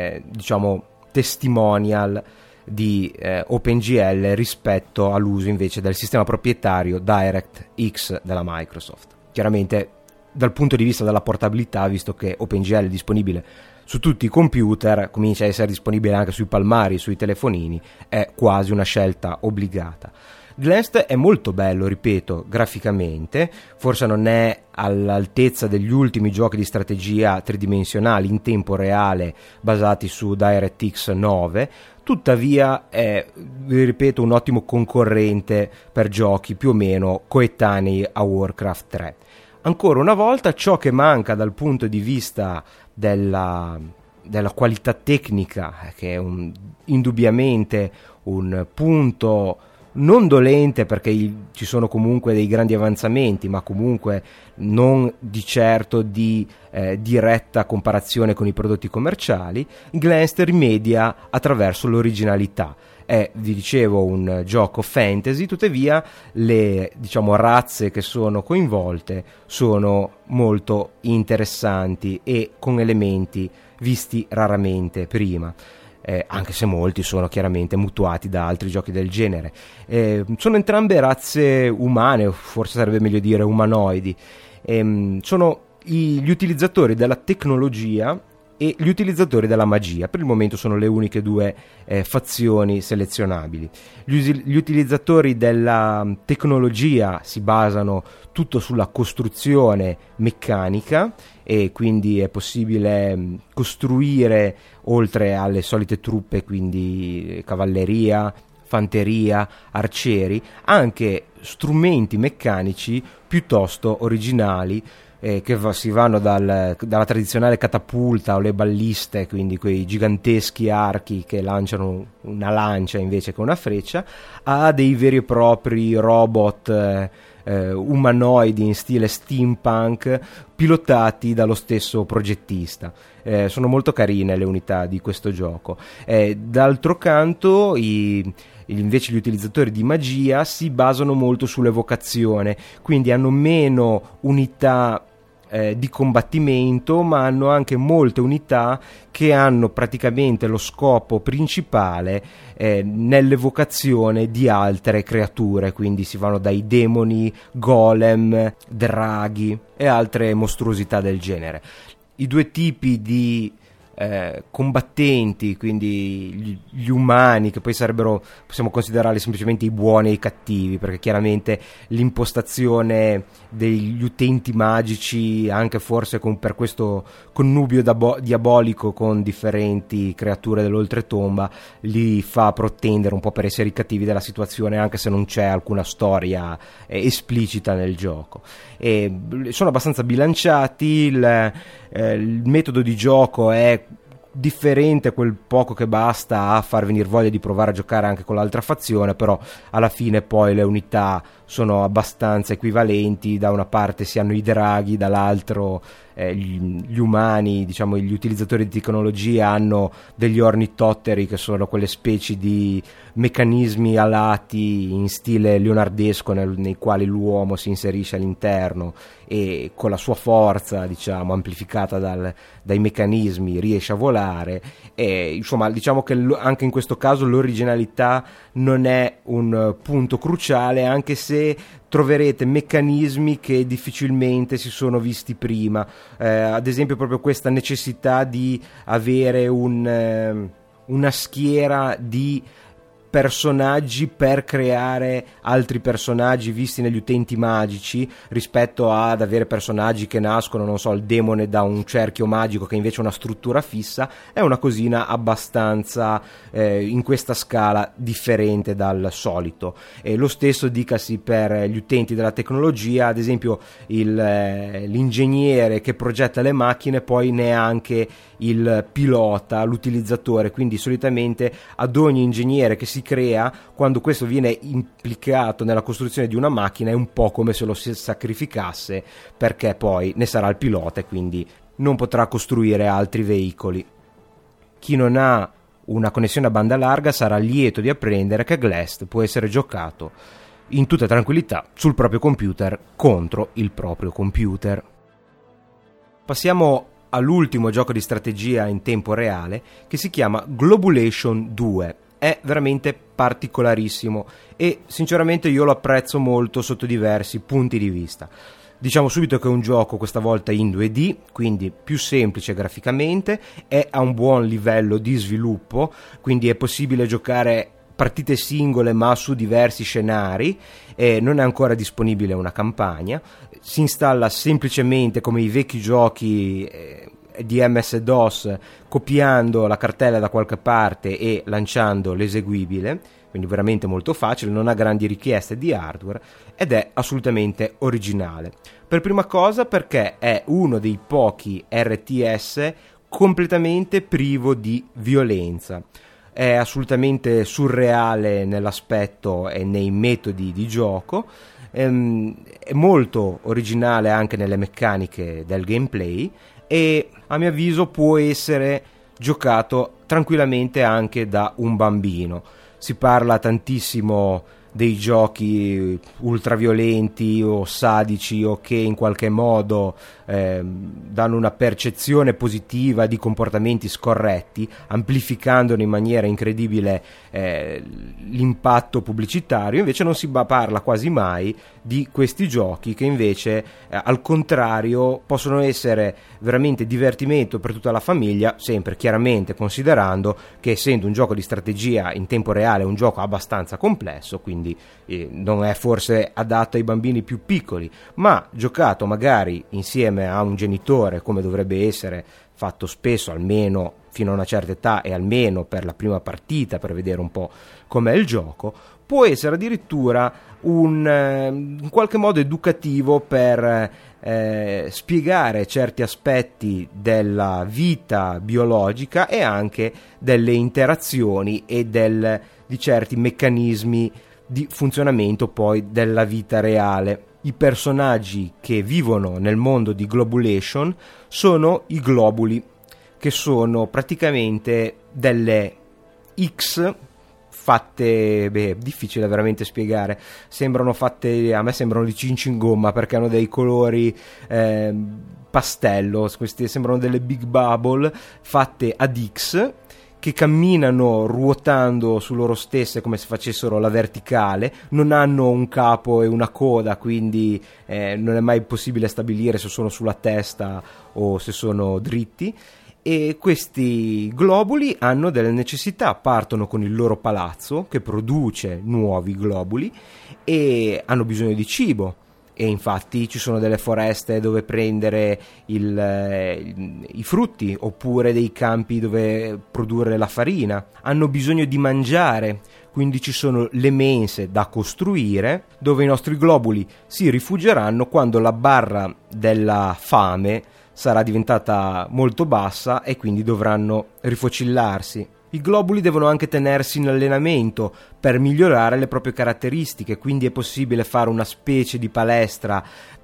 testimonial di OpenGL rispetto all'uso invece del sistema proprietario DirectX della Microsoft. Chiaramente dal punto di vista della portabilità, visto che OpenGL è disponibile su tutti i computer, comincia a essere disponibile anche sui palmari, sui telefonini, è quasi una scelta obbligata. Glest è molto bello, ripeto, graficamente, forse non è all'altezza degli ultimi giochi di strategia tridimensionali in tempo reale basati su DirectX 9, tuttavia è, vi ripeto, un ottimo concorrente per giochi più o meno coetanei a Warcraft 3. Ancora una volta, ciò che manca dal punto di vista della qualità tecnica, che è indubbiamente un punto non dolente, perché ci sono comunque dei grandi avanzamenti, ma comunque non di certo di diretta comparazione con i prodotti commerciali, Glest rimedia attraverso l'originalità. È, vi dicevo, un gioco fantasy, tuttavia le razze che sono coinvolte sono molto interessanti e con elementi visti raramente prima. Anche se molti sono chiaramente mutuati da altri giochi del genere. Sono entrambe razze umane, o forse sarebbe meglio dire umanoidi. Sono gli utilizzatori della tecnologia e gli utilizzatori della magia. Per il momento sono le uniche due fazioni selezionabili. Gli utilizzatori della tecnologia si basano tutto sulla costruzione meccanica, e quindi è possibile costruire, oltre alle solite truppe, quindi cavalleria, fanteria, arcieri, anche strumenti meccanici piuttosto originali, che si vanno dalla tradizionale catapulta o le balliste, quindi quei giganteschi archi che lanciano una lancia invece che una freccia, a dei veri e propri robot umanoidi in stile steampunk pilotati dallo stesso progettista. Sono molto carine le unità di questo gioco. D'altro canto invece gli utilizzatori di magia si basano molto sull'evocazione, quindi hanno meno unità di combattimento, ma hanno anche molte unità che hanno praticamente lo scopo principale nell'evocazione di altre creature, quindi si vanno dai demoni, golem, draghi e altre mostruosità del genere. I due tipi di combattenti, quindi gli umani, che poi possiamo considerarli semplicemente i buoni e i cattivi, perché chiaramente l'impostazione degli utenti magici, anche forse per questo connubio diabolico con differenti creature dell'oltretomba, li fa protendere un po' per essere i cattivi della situazione, anche se non c'è alcuna storia esplicita nel gioco. E sono abbastanza bilanciati, il metodo di gioco è differente quel poco che basta a far venire voglia di provare a giocare anche con l'altra fazione, però alla fine poi le unità sono abbastanza equivalenti. Da una parte si hanno i draghi, dall'altro gli umani, diciamo gli utilizzatori di tecnologia, hanno degli ornitotteri, che sono quelle specie di meccanismi alati in stile leonardesco nei quali l'uomo si inserisce all'interno e con la sua forza, diciamo, amplificata dai meccanismi, riesce a volare. E insomma, diciamo che anche in questo caso l'originalità non è un punto cruciale, anche se troverete meccanismi che difficilmente si sono visti prima, ad esempio proprio questa necessità di avere una schiera di personaggi per creare altri personaggi visti negli utenti magici, rispetto ad avere personaggi che nascono, non so, il demone da un cerchio magico che invece ha una struttura fissa. È una cosina abbastanza in questa scala differente dal solito. E lo stesso dicasi per gli utenti della tecnologia, ad esempio l'ingegnere che progetta le macchine poi ne è anche il pilota, l'utilizzatore, quindi solitamente ad ogni ingegnere che si crea, quando questo viene implicato nella costruzione di una macchina, è un po' come se lo si sacrificasse, perché poi ne sarà il pilota e quindi non potrà costruire altri veicoli. Chi non ha una connessione a banda larga sarà lieto di apprendere che Glest può essere giocato in tutta tranquillità sul proprio computer contro il proprio computer. Passiamo all'ultimo gioco di strategia in tempo reale, che si chiama Globulation 2. È veramente particolarissimo e sinceramente io lo apprezzo molto sotto diversi punti di vista. Diciamo subito che è un gioco questa volta in 2D, quindi più semplice graficamente, è a un buon livello di sviluppo, quindi è possibile giocare partite singole ma su diversi scenari, e non è ancora disponibile una campagna. Si installa semplicemente come i vecchi giochi di MS-DOS, copiando la cartella da qualche parte e lanciando l'eseguibile, quindi veramente molto facile, non ha grandi richieste di hardware ed è assolutamente originale. Per prima cosa perché è uno dei pochi RTS completamente privo di violenza. È assolutamente surreale nell'aspetto e nei metodi di gioco, è molto originale anche nelle meccaniche del gameplay e a mio avviso può essere giocato tranquillamente anche da un bambino. Si parla tantissimo dei giochi ultraviolenti o sadici o che in qualche modo danno una percezione positiva di comportamenti scorretti, amplificandone in maniera incredibile l'impatto pubblicitario. Invece non si parla quasi mai di questi giochi che invece al contrario possono essere veramente divertimento per tutta la famiglia, sempre chiaramente considerando che, essendo un gioco di strategia in tempo reale, è un gioco abbastanza complesso, quindi non è forse adatto ai bambini più piccoli, ma giocato magari insieme a un genitore, come dovrebbe essere fatto spesso, almeno fino a una certa età e almeno per la prima partita, per vedere un po' com'è il gioco, può essere addirittura in qualche modo educativo per spiegare certi aspetti della vita biologica e anche delle interazioni e di certi meccanismi di funzionamento poi della vita reale. I personaggi che vivono nel mondo di Globulation sono i globuli, che sono praticamente delle X fatte, difficile veramente spiegare, a me sembrano di cincingomma perché hanno dei colori pastello, questi sembrano delle Big Bubble fatte ad X, che camminano ruotando su loro stesse come se facessero la verticale, non hanno un capo e una coda, quindi non è mai possibile stabilire se sono sulla testa o se sono dritti. E questi globuli hanno delle necessità, partono con il loro palazzo che produce nuovi globuli e hanno bisogno di cibo. E infatti ci sono delle foreste dove prendere i frutti, oppure dei campi dove produrre la farina. Hanno bisogno di mangiare, quindi ci sono le mense da costruire dove i nostri globuli si rifugieranno quando la barra della fame sarà diventata molto bassa e quindi dovranno rifocillarsi. I globuli devono anche tenersi in allenamento per migliorare le proprie caratteristiche, quindi è possibile fare una specie di palestra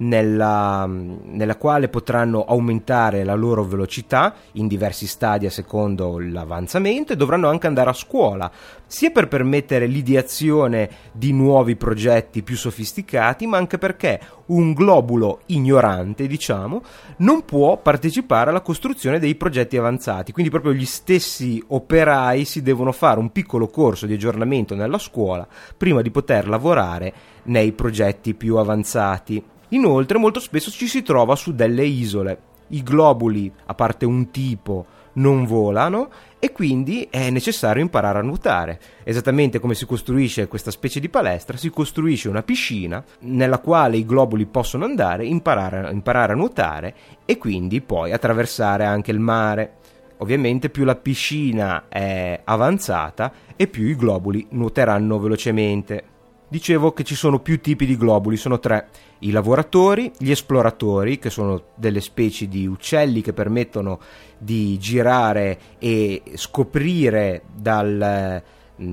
nella quale potranno aumentare la loro velocità in diversi stadi a secondo l'avanzamento, e dovranno anche andare a scuola, sia per permettere l'ideazione di nuovi progetti più sofisticati, ma anche perché un globulo ignorante, diciamo, non può partecipare alla costruzione dei progetti avanzati, quindi proprio gli stessi operai si devono fare un piccolo corso di aggiornamento nella scuola prima di poter lavorare nei progetti più avanzati. Inoltre molto spesso ci si trova su delle isole. I globuli, a parte un tipo, non volano e quindi è necessario imparare a nuotare. Esattamente come si costruisce questa specie di palestra, si costruisce una piscina nella quale i globuli possono andare, imparare a nuotare e quindi poi attraversare anche il mare. Ovviamente più la piscina è avanzata e più i globuli nuoteranno velocemente. Dicevo che ci sono più tipi di globuli, sono 3. I lavoratori, gli esploratori, che sono delle specie di uccelli che permettono di girare e scoprire dalla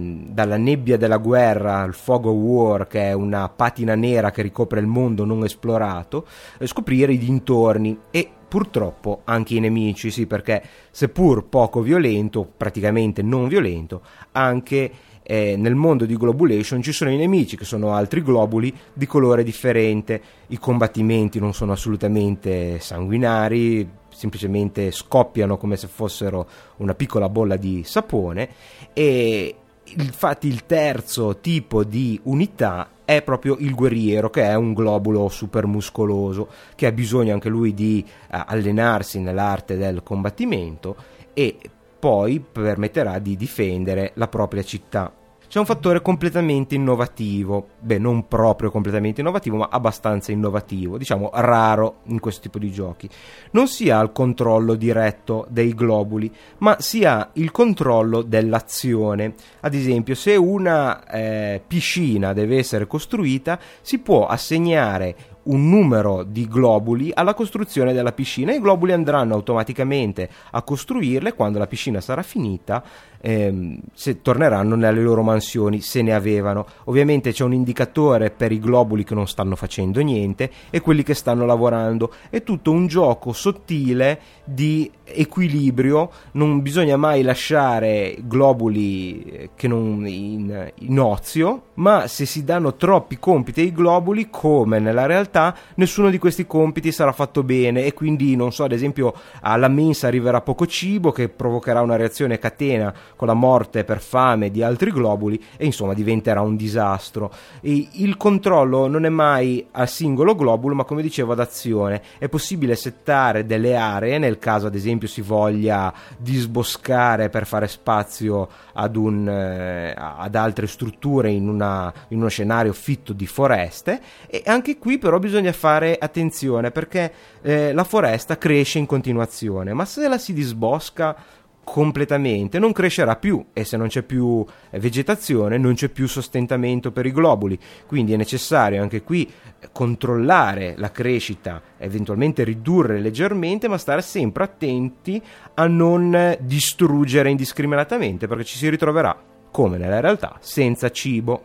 nebbia della guerra, il fog of war, che è una patina nera che ricopre il mondo non esplorato, scoprire i dintorni e purtroppo anche i nemici, sì, perché seppur poco violento, praticamente non violento, anche nel mondo di Globulation ci sono i nemici, che sono altri globuli di colore differente. I combattimenti non sono assolutamente sanguinari, semplicemente scoppiano come se fossero una piccola bolla di sapone. E infatti il terzo tipo di unità è proprio il guerriero, che è un globulo super muscoloso che ha bisogno anche lui di allenarsi nell'arte del combattimento e poi permetterà di difendere la propria città. C'è un fattore completamente innovativo, non proprio completamente innovativo, ma abbastanza innovativo, diciamo raro in questo tipo di giochi. Non si ha il controllo diretto dei globuli, ma si ha il controllo dell'azione. Ad esempio, se una piscina deve essere costruita, si può assegnare un numero di globuli alla costruzione della piscina. I globuli andranno automaticamente a costruirle quando la piscina sarà finita, se torneranno nelle loro mansioni, se ne avevano. Ovviamente c'è un indicatore per i globuli che non stanno facendo niente e quelli che stanno lavorando. È tutto un gioco sottile di equilibrio, non bisogna mai lasciare globuli che non in ozio, ma se si danno troppi compiti ai globuli, come nella realtà, nessuno di questi compiti sarà fatto bene e quindi, non so, ad esempio alla mensa arriverà poco cibo che provocherà una reazione a catena con la morte per fame di altri globuli e insomma diventerà un disastro. E il controllo non è mai al singolo globulo, ma come dicevo ad azione. È possibile settare delle aree nel caso ad esempio si voglia disboscare per fare spazio ad altre strutture in uno scenario fitto di foreste, e anche qui però bisogna fare attenzione perché la foresta cresce in continuazione, ma se la si disbosca completamente non crescerà più, e se non c'è più vegetazione non c'è più sostentamento per i globuli, quindi è necessario anche qui controllare la crescita, eventualmente ridurre leggermente, ma stare sempre attenti a non distruggere indiscriminatamente, perché ci si ritroverà, come nella realtà, senza cibo.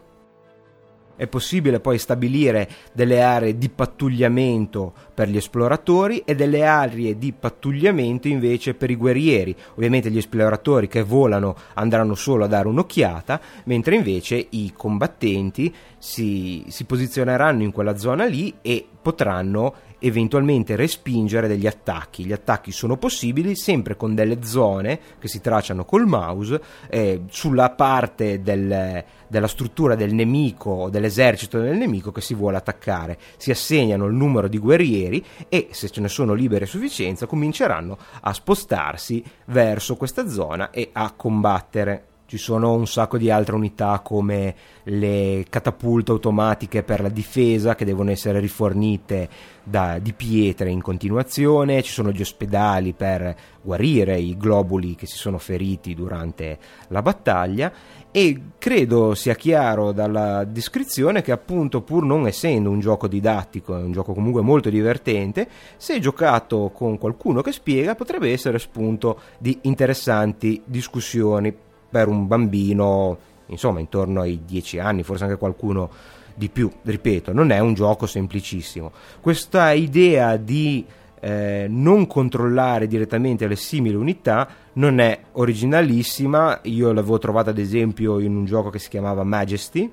È possibile poi stabilire delle aree di pattugliamento per gli esploratori e delle aree di pattugliamento invece per i guerrieri. Ovviamente gli esploratori che volano andranno solo a dare un'occhiata, mentre invece i combattenti si posizioneranno in quella zona lì e potranno eventualmente respingere degli attacchi. Gli attacchi sono possibili sempre con delle zone che si tracciano col mouse sulla parte della struttura del nemico o dell'esercito del nemico che si vuole attaccare. Si assegnano il numero di guerrieri e, se ce ne sono liberi a sufficienza, cominceranno a spostarsi verso questa zona e a combattere. Ci sono un sacco di altre unità come le catapulte automatiche per la difesa che devono essere rifornite di pietre in continuazione, ci sono gli ospedali per guarire i globuli che si sono feriti durante la battaglia, e credo sia chiaro dalla descrizione che appunto, pur non essendo un gioco didattico, è un gioco comunque molto divertente, se giocato con qualcuno che spiega potrebbe essere spunto di interessanti discussioni per un bambino, insomma, intorno ai 10 anni, forse anche qualcuno di più. Ripeto, non è un gioco semplicissimo. Questa idea di non controllare direttamente le simili unità non è originalissima. Io l'avevo trovata ad esempio in un gioco che si chiamava Majesty,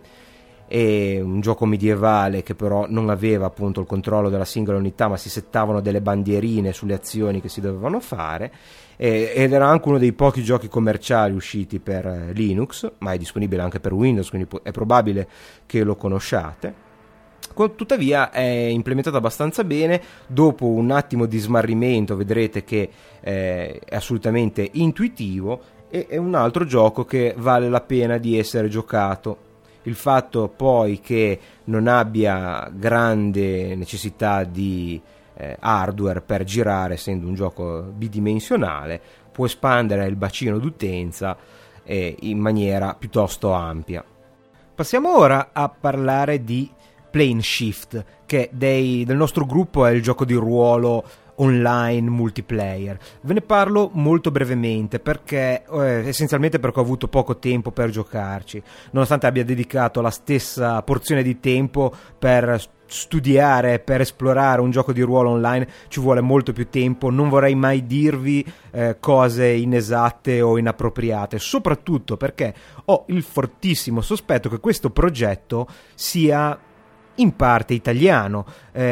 è un gioco medievale che però non aveva appunto il controllo della singola unità, ma si settavano delle bandierine sulle azioni che si dovevano fare, ed era anche uno dei pochi giochi commerciali usciti per Linux, ma è disponibile anche per Windows, quindi è probabile che lo conosciate. Tuttavia è implementato abbastanza bene. Dopo un attimo di smarrimento vedrete che è assolutamente intuitivo, e è un altro gioco che vale la pena di essere giocato. Il fatto poi che non abbia grande necessità di hardware per girare, essendo un gioco bidimensionale, può espandere il bacino d'utenza in maniera piuttosto ampia. Passiamo ora a parlare di Plane Shift, che del nostro gruppo è il gioco di ruolo online multiplayer. Ve ne parlo molto brevemente perché essenzialmente perché ho avuto poco tempo per giocarci, nonostante abbia dedicato la stessa porzione di tempo per studiare, per esplorare un gioco di ruolo online. Ci vuole molto più tempo. Non vorrei mai dirvi cose inesatte o inappropriate, soprattutto perché ho il fortissimo sospetto che questo progetto sia in parte italiano.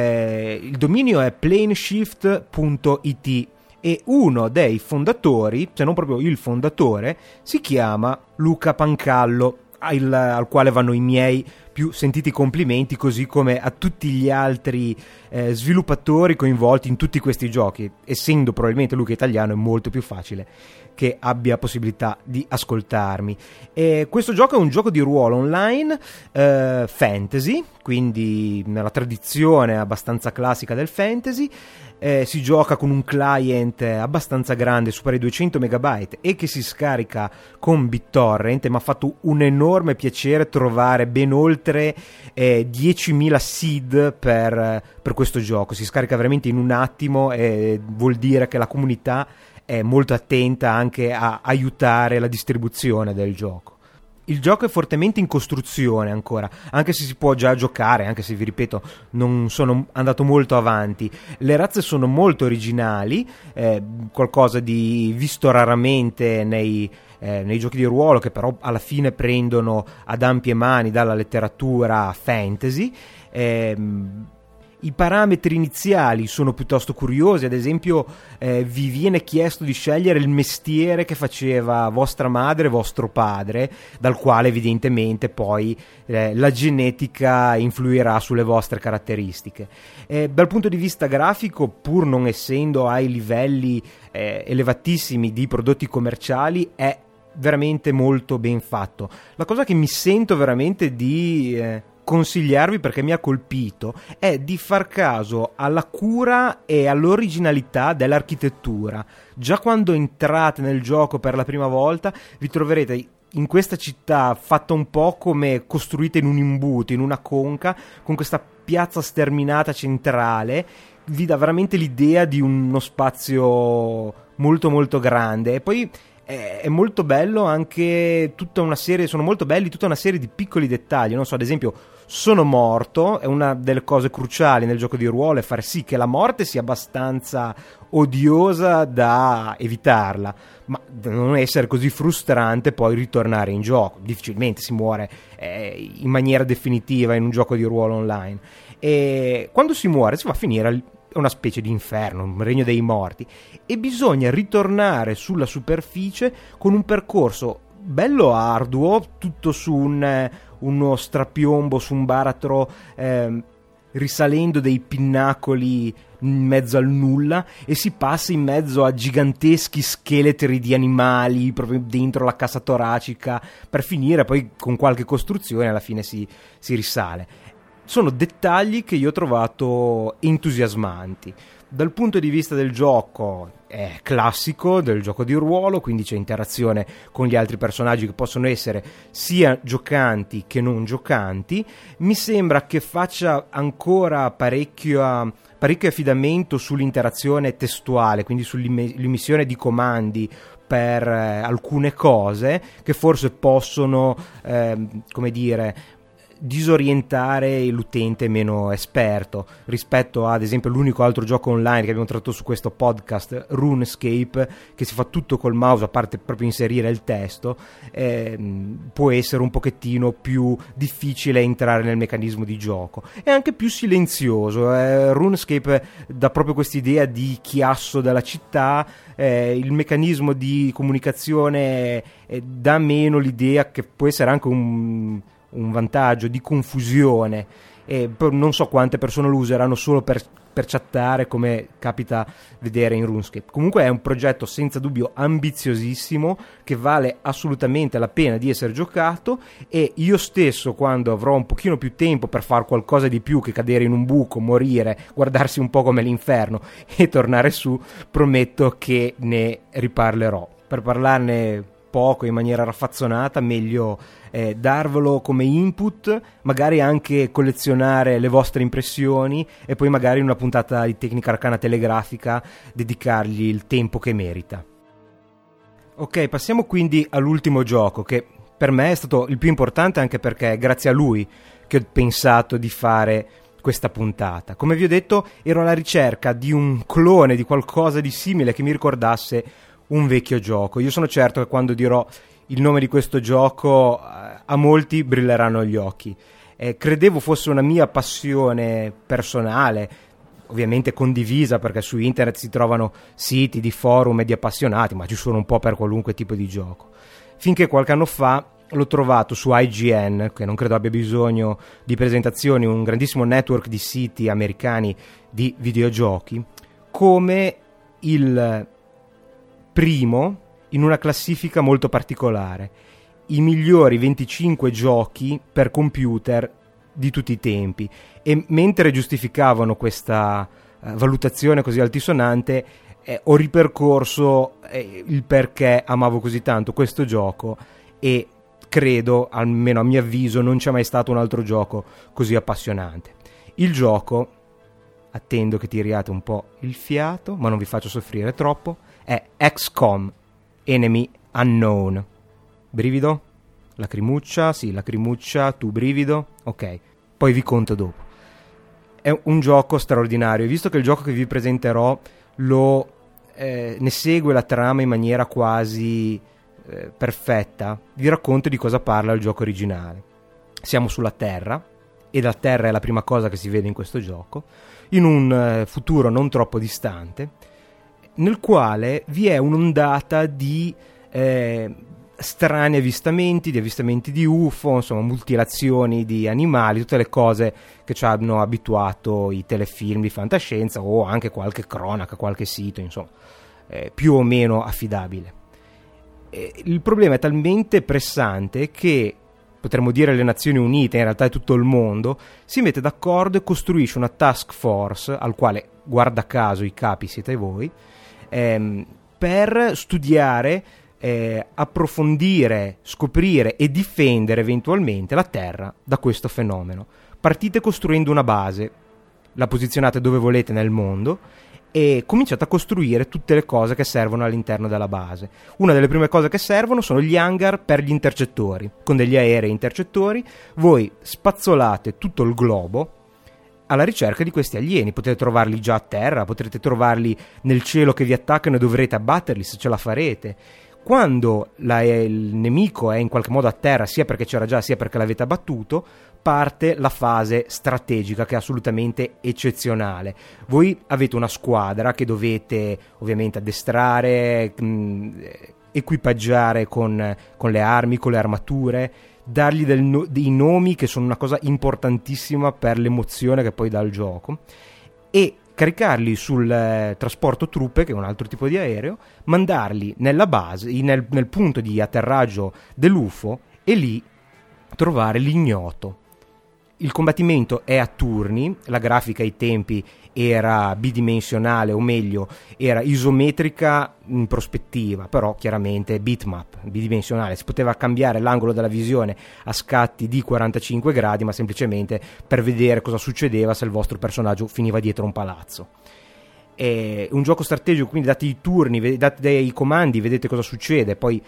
Il dominio è planeshift.it e uno dei fondatori, se non proprio il fondatore, si chiama Luca Pancallo, al quale vanno i miei più sentiti complimenti, così come a tutti gli altri sviluppatori coinvolti in tutti questi giochi. Essendo probabilmente Luca italiano è molto più facile che abbia possibilità di ascoltarmi. Questo gioco è un gioco di ruolo online fantasy, quindi nella tradizione abbastanza classica del fantasy. Si gioca con un client abbastanza grande, supera i 200 megabyte, e che si scarica con BitTorrent. Mi ha fatto un enorme piacere trovare ben oltre oltre 10.000 seed per questo gioco. Si scarica veramente in un attimo e vuol dire che la comunità è molto attenta anche a aiutare la distribuzione del gioco. Il gioco è fortemente in costruzione ancora, anche se si può già giocare, anche se vi ripeto non sono andato molto avanti. Le razze sono molto originali, qualcosa di visto raramente nei giochi di ruolo, che però alla fine prendono ad ampie mani dalla letteratura fantasy. I parametri iniziali sono piuttosto curiosi, ad esempio vi viene chiesto di scegliere il mestiere che faceva vostra madre, vostro padre, dal quale evidentemente poi la genetica influirà sulle vostre caratteristiche. Dal punto di vista grafico, pur non essendo ai livelli elevatissimi di prodotti commerciali, è veramente molto ben fatto. La cosa che mi sento veramente di consigliarvi, perché mi ha colpito, è di far caso alla cura e all'originalità dell'architettura. Già quando entrate nel gioco per la prima volta vi troverete in questa città fatta un po' come costruita in un imbuto, in una conca, con questa piazza sterminata centrale. Vi dà veramente l'idea di uno spazio molto molto grande. E poi è molto bello anche sono molto belli tutta una serie di piccoli dettagli. Non so, ad esempio, sono morto, è una delle cose cruciali nel gioco di ruolo, è far sì che la morte sia abbastanza odiosa da evitarla, ma da non essere così frustrante poi ritornare in gioco. Difficilmente si muore in maniera definitiva in un gioco di ruolo online, e quando si muore si va a finire una specie di inferno, un regno dei morti, e bisogna ritornare sulla superficie con un percorso bello arduo, tutto su uno strapiombo, su un baratro, risalendo dei pinnacoli in mezzo al nulla, e si passa in mezzo a giganteschi scheletri di animali proprio dentro la cassa toracica, per finire poi con qualche costruzione alla fine si risale. Sono dettagli che io ho trovato entusiasmanti. Dal punto di vista del gioco è classico del gioco di ruolo, quindi c'è interazione con gli altri personaggi che possono essere sia giocanti che non giocanti. Mi sembra che faccia ancora parecchio affidamento sull'interazione testuale, quindi sull'emissione di comandi per alcune cose che forse possono, disorientare l'utente meno esperto rispetto ad esempio l'unico altro gioco online che abbiamo trattato su questo podcast, RuneScape, che si fa tutto col mouse a parte proprio inserire il testo. Può essere un pochettino più difficile entrare nel meccanismo di gioco, è anche più silenzioso. RuneScape dà proprio quest'idea di chiasso della città, il meccanismo di comunicazione dà meno l'idea, che può essere anche un vantaggio, di confusione, e non so quante persone lo useranno solo per chattare, come capita vedere in RuneScape. Comunque è un progetto senza dubbio ambiziosissimo, che vale assolutamente la pena di essere giocato, e io stesso, quando avrò un pochino più tempo per fare qualcosa di più che cadere in un buco, morire, guardarsi un po' come l'inferno e tornare su, prometto che ne riparlerò. Per parlarne poco, in maniera raffazzonata, meglio darvelo come input, magari anche collezionare le vostre impressioni e poi magari in una puntata di Tecnica Arcana telegrafica dedicargli il tempo che merita. Ok, passiamo quindi all'ultimo gioco, che per me è stato il più importante, anche perché è grazie a lui che ho pensato di fare questa puntata. Come vi ho detto, ero alla ricerca di un clone, di qualcosa di simile che mi ricordasse un vecchio gioco. Io sono certo che quando dirò il nome di questo gioco a molti brilleranno gli occhi. Credevo fosse una mia passione personale, ovviamente condivisa, perché su internet si trovano siti di forum e di appassionati, ma ci sono un po' per qualunque tipo di gioco. Finché qualche anno fa l'ho trovato su IGN, che non credo abbia bisogno di presentazioni, un grandissimo network di siti americani di videogiochi, come il primo in una classifica molto particolare: i migliori 25 giochi per computer di tutti i tempi. E mentre giustificavano questa valutazione così altisonante, ho ripercorso il perché amavo così tanto questo gioco, e credo, almeno a mio avviso, non c'è mai stato un altro gioco così appassionante. Il gioco, attendo che tiriate un po' il fiato, ma non vi faccio soffrire troppo, è XCOM Enemy Unknown. Brivido? Lacrimuccia? Sì, lacrimuccia, tu brivido? Ok, poi vi conto dopo. È un gioco straordinario, visto che il gioco che vi presenterò ne segue la trama in maniera quasi perfetta, vi racconto di cosa parla il gioco originale. Siamo sulla Terra, e la Terra è la prima cosa che si vede in questo gioco, in un futuro non troppo distante, nel quale vi è un'ondata di strani avvistamenti di UFO, insomma mutilazioni di animali, tutte le cose che ci hanno abituato i telefilm di fantascienza o anche qualche cronaca, qualche sito, insomma, più o meno affidabile. Il problema è talmente pressante che, potremmo dire le Nazioni Unite, in realtà è tutto il mondo, si mette d'accordo e costruisce una task force, al quale, guarda caso, i capi siete voi, per studiare, approfondire, scoprire e difendere eventualmente la Terra da questo fenomeno. Partite costruendo una base, la posizionate dove volete nel mondo e cominciate a costruire tutte le cose che servono all'interno della base. Una delle prime cose che servono sono gli hangar per gli intercettori. Con degli aerei intercettori voi spazzolate tutto il globo alla ricerca di questi alieni. Potete trovarli già a terra, potrete trovarli nel cielo che vi attaccano e dovrete abbatterli se ce la farete. Quando il nemico è in qualche modo a terra, sia perché c'era già sia perché l'avete abbattuto, parte la fase strategica, che è assolutamente eccezionale. Voi avete una squadra che dovete ovviamente addestrare, equipaggiare con le armi, con le armature, dargli dei nomi che sono una cosa importantissima per l'emozione che poi dà il gioco, e caricarli sul trasporto truppe, che è un altro tipo di aereo, mandarli nella base, nel punto di atterraggio dell'UFO, e lì trovare l'ignoto. Il combattimento è a turni, la grafica ai tempi era bidimensionale, o meglio era isometrica in prospettiva, però chiaramente bitmap, bidimensionale. Si poteva cambiare l'angolo della visione a scatti di 45 gradi, ma semplicemente per vedere cosa succedeva se il vostro personaggio finiva dietro un palazzo. È un gioco strategico, quindi date i turni, date dei comandi, vedete cosa succede, poi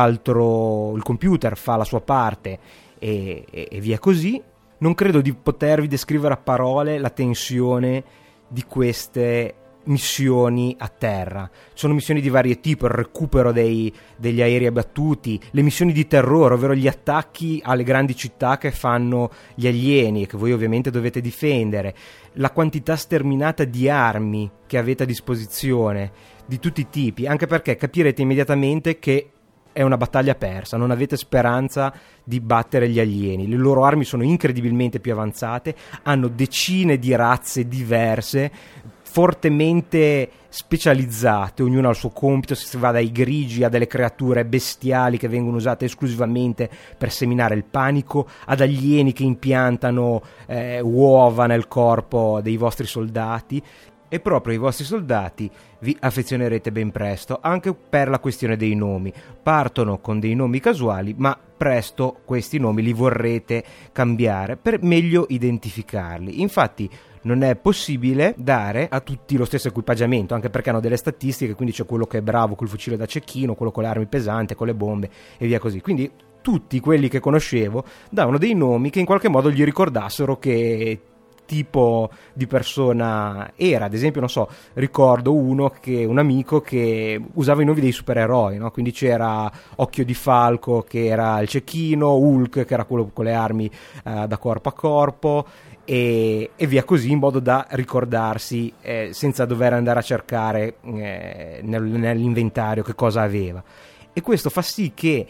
il computer fa la sua parte e via così. Non credo di potervi descrivere a parole la tensione di queste missioni a terra. Sono missioni di vario tipo: il recupero degli aerei abbattuti, le missioni di terrore, ovvero gli attacchi alle grandi città che fanno gli alieni e che voi ovviamente dovete difendere, la quantità sterminata di armi che avete a disposizione di tutti i tipi, anche perché capirete immediatamente che è una battaglia persa, non avete speranza di battere gli alieni. Le loro armi sono incredibilmente più avanzate, hanno decine di razze diverse, fortemente specializzate, ognuno ha il suo compito. Si va dai grigi a delle creature bestiali che vengono usate esclusivamente per seminare il panico, ad alieni che impiantano uova nel corpo dei vostri soldati. E proprio i vostri soldati vi affezionerete ben presto, anche per la questione dei nomi. Partono con dei nomi casuali, ma presto questi nomi li vorrete cambiare per meglio identificarli. Infatti non è possibile dare a tutti lo stesso equipaggiamento, anche perché hanno delle statistiche, quindi c'è quello che è bravo col fucile da cecchino, quello con le armi pesanti, con le bombe e via così. Quindi tutti quelli che conoscevo davano dei nomi che in qualche modo gli ricordassero che tipo di persona era. Ad esempio, non so, ricordo un amico che usava i nomi dei supereroi, no? Quindi c'era Occhio di Falco, che era il cecchino, Hulk, che era quello con le armi da corpo a corpo, e via così, in modo da ricordarsi senza dover andare a cercare nell'inventario che cosa aveva. E questo fa sì che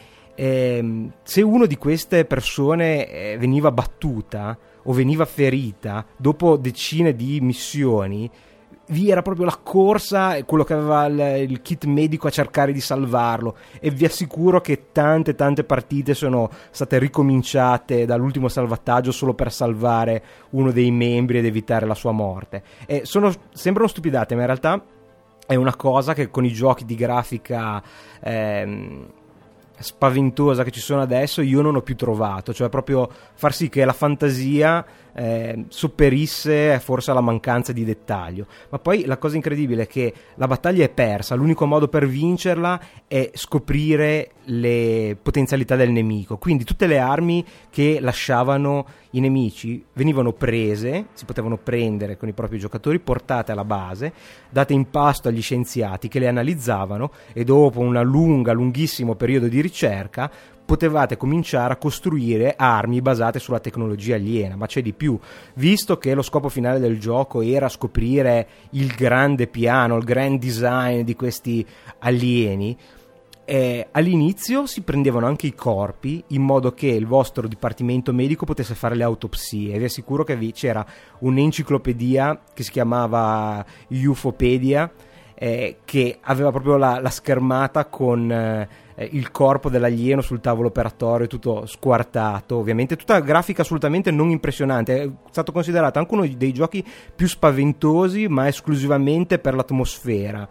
se uno di queste persone veniva battuta o veniva ferita dopo decine di missioni, vi era proprio la corsa, quello che aveva il kit medico, a cercare di salvarlo, e vi assicuro che tante partite sono state ricominciate dall'ultimo salvataggio solo per salvare uno dei membri ed evitare la sua morte. Sembrano stupidate, ma in realtà è una cosa che con i giochi di grafica spaventosa che ci sono adesso io non ho più trovato, cioè proprio far sì che la fantasia sopperisse forse alla mancanza di dettaglio. Ma poi la cosa incredibile è che la battaglia è persa, l'unico modo per vincerla è scoprire le potenzialità del nemico, quindi tutte le armi che lasciavano i nemici venivano prese, si potevano prendere con i propri giocatori, portate alla base, date in pasto agli scienziati che le analizzavano, e dopo un lunghissimo periodo di ricerca potevate cominciare a costruire armi basate sulla tecnologia aliena. Ma c'è di più, visto che lo scopo finale del gioco era scoprire il grande piano, il grand design di questi alieni, all'inizio si prendevano anche i corpi in modo che il vostro dipartimento medico potesse fare le autopsie, e vi assicuro che c'era un'enciclopedia che si chiamava UFOpedia, che aveva proprio la schermata con il corpo dell'alieno sul tavolo operatorio, tutto squartato, ovviamente tutta grafica assolutamente non impressionante. È stato considerato anche uno dei giochi più spaventosi, ma esclusivamente per l'atmosfera.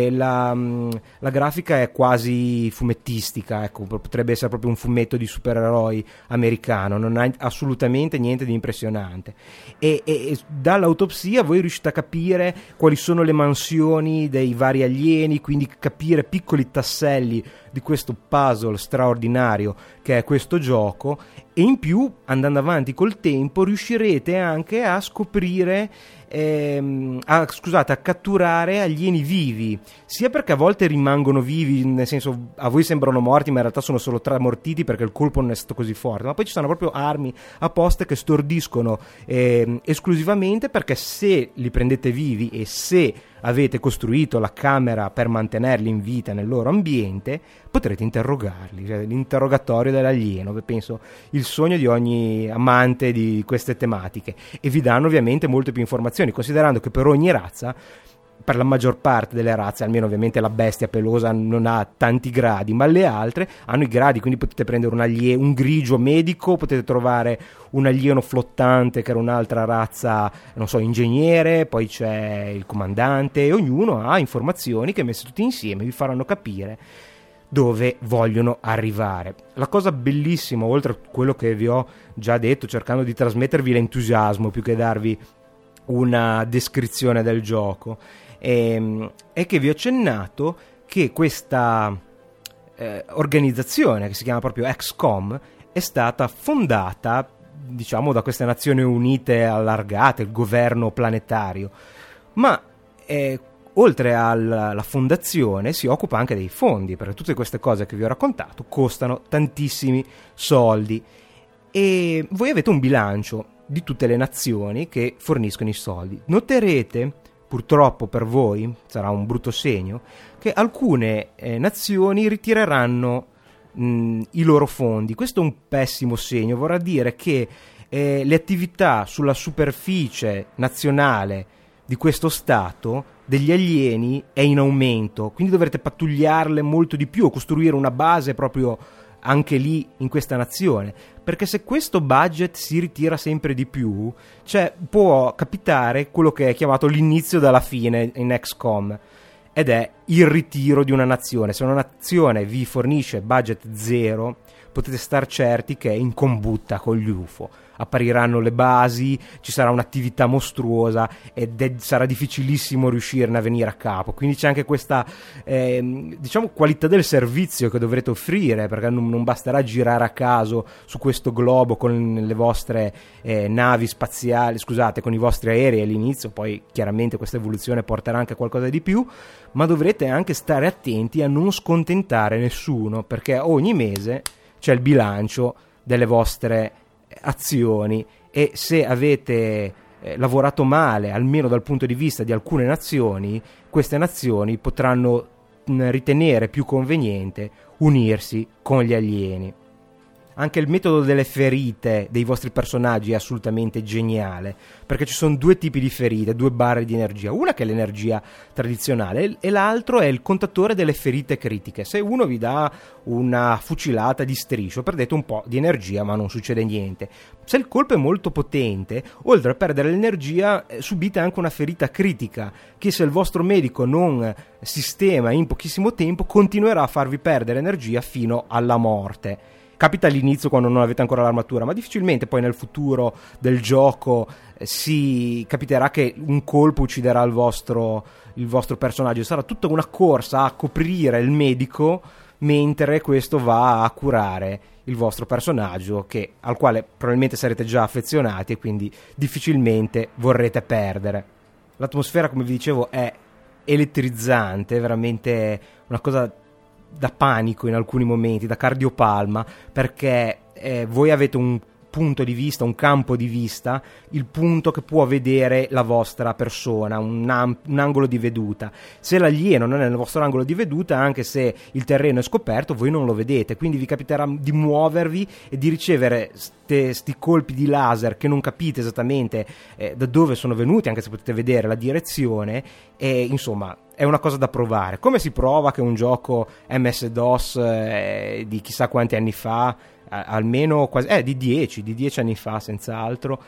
La grafica è quasi fumettistica, ecco, potrebbe essere proprio un fumetto di supereroi americano, non ha assolutamente niente di impressionante, e dall'autopsia voi riuscite a capire quali sono le mansioni dei vari alieni, quindi capire piccoli tasselli di questo puzzle straordinario che è questo gioco, e in più, andando avanti col tempo, riuscirete anche a scoprire a catturare alieni vivi, sia perché a volte rimangono vivi, nel senso a voi sembrano morti ma in realtà sono solo tramortiti perché il colpo non è stato così forte, ma poi ci sono proprio armi apposta che stordiscono esclusivamente perché se li prendete vivi e se avete costruito la camera per mantenerli in vita nel loro ambiente, potrete interrogarli, cioè l'interrogatorio dell'alieno, penso il sogno di ogni amante di queste tematiche, e vi danno ovviamente molte più informazioni, considerando che per ogni razza, per la maggior parte delle razze, almeno ovviamente la bestia pelosa non ha tanti gradi, ma le altre hanno i gradi, quindi potete prendere un grigio medico, potete trovare un alieno flottante che era un'altra razza, non so, ingegnere, poi c'è il comandante, e ognuno ha informazioni che messe tutte insieme vi faranno capire dove vogliono arrivare. La cosa bellissima, oltre a quello che vi ho già detto, cercando di trasmettervi l'entusiasmo più che darvi una descrizione del gioco, è che vi ho accennato che questa organizzazione, che si chiama proprio XCOM, è stata fondata, diciamo, da queste Nazioni Unite allargate, il governo planetario, ma oltre alla fondazione si occupa anche dei fondi, perché tutte queste cose che vi ho raccontato costano tantissimi soldi, e voi avete un bilancio di tutte le nazioni che forniscono i soldi. Noterete, purtroppo per voi, sarà un brutto segno, che alcune nazioni ritireranno i loro fondi. Questo è un pessimo segno, vorrà dire che le attività sulla superficie nazionale di questo stato degli alieni è in aumento, quindi dovrete pattugliarle molto di più o costruire una base proprio anche lì in questa nazione, perché se questo budget si ritira sempre di più, cioè può capitare quello che è chiamato l'inizio della fine in XCOM, ed è il ritiro di una nazione. Se una nazione vi fornisce budget zero, potete star certi che è in combutta con gli UFO. Appariranno le basi, ci sarà un'attività mostruosa ed sarà difficilissimo riuscirne a venire a capo. Quindi c'è anche questa diciamo qualità del servizio che dovrete offrire, perché non basterà girare a caso su questo globo con le vostre navi spaziali, scusate, con i vostri aerei all'inizio. Poi chiaramente questa evoluzione porterà anche a qualcosa di più, ma dovrete anche stare attenti a non scontentare nessuno, perché ogni mese c'è il bilancio delle vostre azioni, e se avete lavorato male, almeno dal punto di vista di alcune nazioni, queste nazioni potranno ritenere più conveniente unirsi con gli alieni. Anche il metodo delle ferite dei vostri personaggi è assolutamente geniale, perché ci sono due tipi di ferite, due barre di energia. Una che è l'energia tradizionale e l'altro è il contatore delle ferite critiche. Se uno vi dà una fucilata di striscio, perdete un po' di energia ma non succede niente. Se il colpo è molto potente, oltre a perdere l'energia, subite anche una ferita critica che, se il vostro medico non sistema in pochissimo tempo, continuerà a farvi perdere energia fino alla morte. Capita all'inizio quando non avete ancora l'armatura, ma difficilmente poi nel futuro del gioco si capiterà che un colpo ucciderà il vostro personaggio. Sarà tutta una corsa a coprire il medico mentre questo va a curare il vostro personaggio, al quale probabilmente sarete già affezionati e quindi difficilmente vorrete perdere. L'atmosfera, come vi dicevo, è elettrizzante, veramente una cosa da panico in alcuni momenti, da cardiopalma, perché voi avete un punto di vista, un campo di vista, il punto che può vedere la vostra persona, un angolo di veduta. Se l'alieno non è nel vostro angolo di veduta, anche se il terreno è scoperto, voi non lo vedete, quindi vi capiterà di muovervi e di ricevere sti colpi di laser che non capite esattamente da dove sono venuti, anche se potete vedere la direzione, e insomma è una cosa da provare. Come si prova che un gioco MS-DOS di chissà quanti anni fa, almeno quasi, di 10 anni fa senz'altro,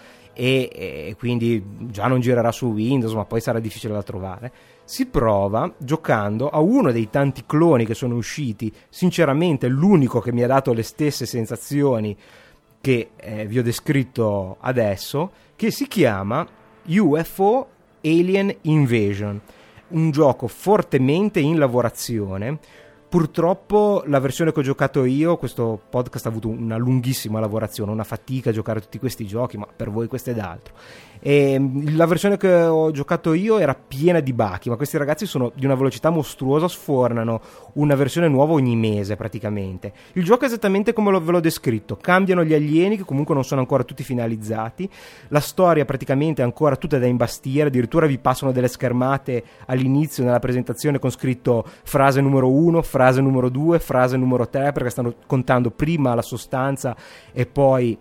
e quindi già non girerà su Windows, ma poi sarà difficile da trovare. Si prova giocando a uno dei tanti cloni che sono usciti, sinceramente l'unico che mi ha dato le stesse sensazioni che vi ho descritto adesso, che si chiama UFO Alien Invasion, un gioco fortemente in lavorazione. Purtroppo la versione che ho giocato io, questo podcast ha avuto una lunghissima lavorazione, una fatica a giocare tutti questi giochi, ma per voi questo è d'altro. E la versione che ho giocato io era piena di bachi, ma questi ragazzi sono di una velocità mostruosa, sfornano una versione nuova ogni mese praticamente. Il gioco è esattamente come ve l'ho descritto, cambiano gli alieni che comunque non sono ancora tutti finalizzati, la storia praticamente è ancora tutta da imbastire, addirittura vi passano delle schermate all'inizio nella presentazione con scritto frase numero 1, frase numero 2, frase numero 3, perché stanno contando prima la sostanza e poi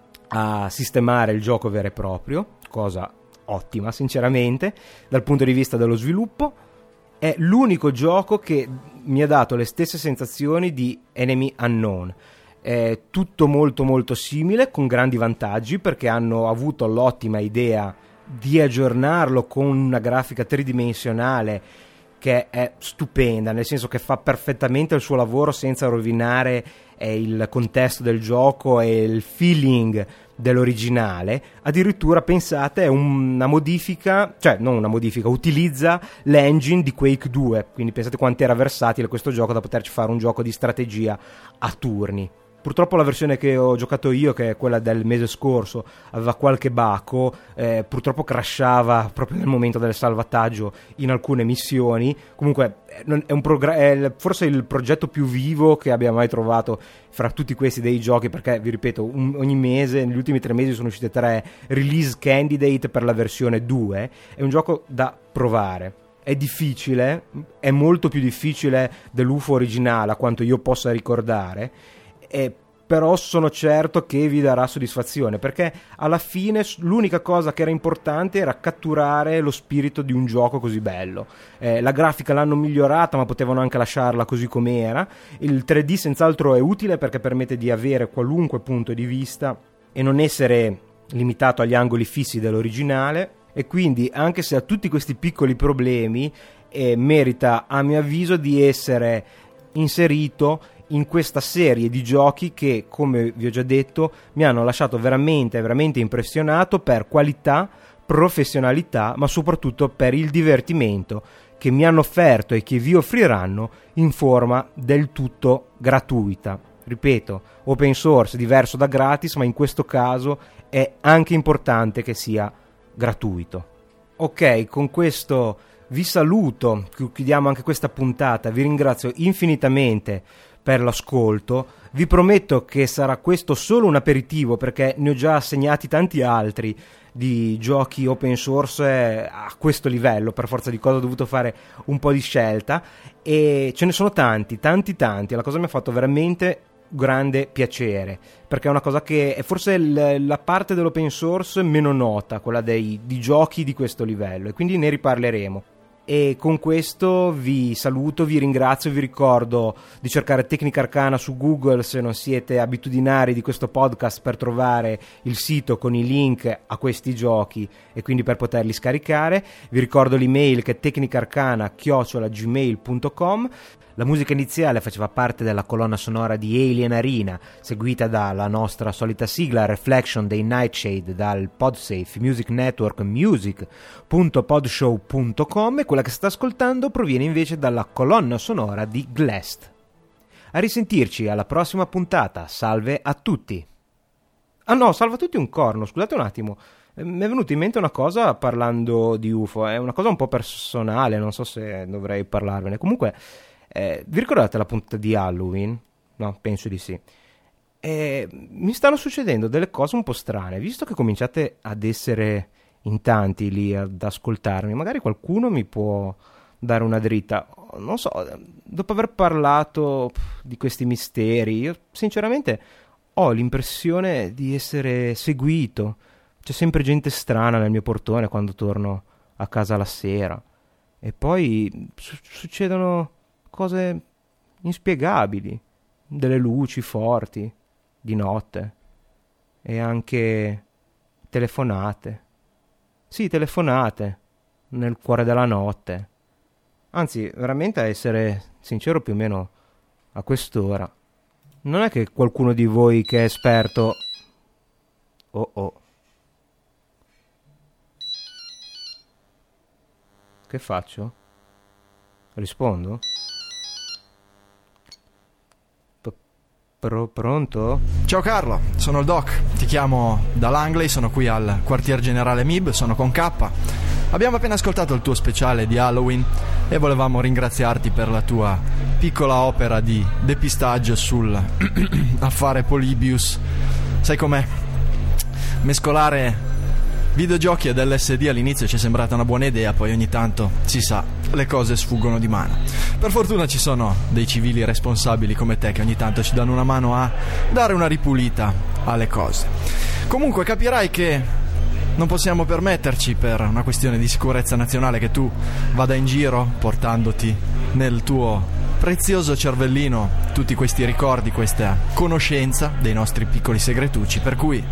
a sistemare il gioco vero e proprio, cosa ottima sinceramente dal punto di vista dello sviluppo. È l'unico gioco che mi ha dato le stesse sensazioni di Enemy Unknown. È tutto molto molto simile, con grandi vantaggi, perché hanno avuto l'ottima idea di aggiornarlo con una grafica tridimensionale che è stupenda, nel senso che fa perfettamente il suo lavoro senza rovinare il contesto del gioco e il feeling dell'originale. Addirittura, pensate, è una modifica, cioè non una modifica, utilizza l'engine di Quake 2, quindi pensate quanto era versatile questo gioco da poterci fare un gioco di strategia a turni. Purtroppo la versione che ho giocato io, che è quella del mese scorso, aveva qualche baco, purtroppo crashava proprio nel momento del salvataggio in alcune missioni. Comunque è forse il progetto più vivo che abbia mai trovato fra tutti questi dei giochi, perché vi ripeto, ogni mese, negli ultimi 3 mesi sono uscite 3 release candidate per la versione 2. È un gioco da provare. È difficile, è molto più difficile dell'UFO originale, a quanto io possa ricordare, però sono certo che vi darà soddisfazione, perché alla fine l'unica cosa che era importante era catturare lo spirito di un gioco così bello. La grafica l'hanno migliorata, ma potevano anche lasciarla così com'era. Il 3D senz'altro è utile perché permette di avere qualunque punto di vista e non essere limitato agli angoli fissi dell'originale, e quindi, anche se ha tutti questi piccoli problemi, merita a mio avviso di essere inserito in questa serie di giochi che, come vi ho già detto, mi hanno lasciato veramente veramente impressionato per qualità, professionalità, ma soprattutto per il divertimento che mi hanno offerto e che vi offriranno in forma del tutto gratuita. Ripeto, open source diverso da gratis, ma in questo caso è anche importante che sia gratuito. Ok, con questo vi saluto, chiudiamo anche questa puntata, vi ringrazio infinitamente per l'ascolto. Vi prometto che sarà questo solo un aperitivo, perché ne ho già assegnati tanti altri di giochi open source a questo livello. Per forza di cosa ho dovuto fare un po' di scelta, e ce ne sono tanti. La cosa mi ha fatto veramente grande piacere, perché è una cosa che è forse la parte dell'open source meno nota, quella di giochi di questo livello, e quindi ne riparleremo. E con questo vi saluto, vi ringrazio, vi ricordo di cercare Tecnica Arcana su Google se non siete abitudinari di questo podcast, per trovare il sito con i link a questi giochi e quindi per poterli scaricare. Vi ricordo l'email che è tecnicarcana@gmail.com. La musica iniziale faceva parte della colonna sonora di Alien Arena, seguita dalla nostra solita sigla Reflection dei Nightshade dal Podsafe Music Network music.podshow.com, e quella che sta ascoltando proviene invece dalla colonna sonora di Glast. A risentirci alla prossima puntata, salve a tutti! Ah no, salve a tutti un corno, scusate un attimo, mi è venuta in mente una cosa parlando di UFO, è una cosa un po' personale, non so se dovrei parlarvene, comunque... vi ricordate la puntata di Halloween? No, penso di sì. Mi stanno succedendo delle cose un po' strane, visto che cominciate ad essere in tanti lì ad ascoltarmi, magari qualcuno mi può dare una dritta. Non so, dopo aver parlato di questi misteri, io sinceramente ho l'impressione di essere seguito. C'è sempre gente strana nel mio portone quando torno a casa la sera, e poi succedono cose inspiegabili, delle luci forti di notte e anche telefonate. Sì, telefonate nel cuore della notte. Anzi, veramente, a essere sincero, più o meno a quest'ora. Non è che qualcuno di voi che è esperto... Oh. Che faccio? Rispondo? Pronto? Ciao Carlo, sono il Doc, ti chiamo da Langley, sono qui al quartier generale MIB, sono con K. Abbiamo appena ascoltato il tuo speciale di Halloween e volevamo ringraziarti per la tua piccola opera di depistaggio sul affare Polybius. Sai com'è? Mescolare videogiochi ed LSD all'inizio ci è sembrata una buona idea, poi ogni tanto, si sa, le cose sfuggono di mano. Per fortuna ci sono dei civili responsabili come te che ogni tanto ci danno una mano a dare una ripulita alle cose. Comunque capirai che non possiamo permetterci, per una questione di sicurezza nazionale, che tu vada in giro portandoti nel tuo prezioso cervellino tutti questi ricordi, questa conoscenza dei nostri piccoli segretucci, per cui...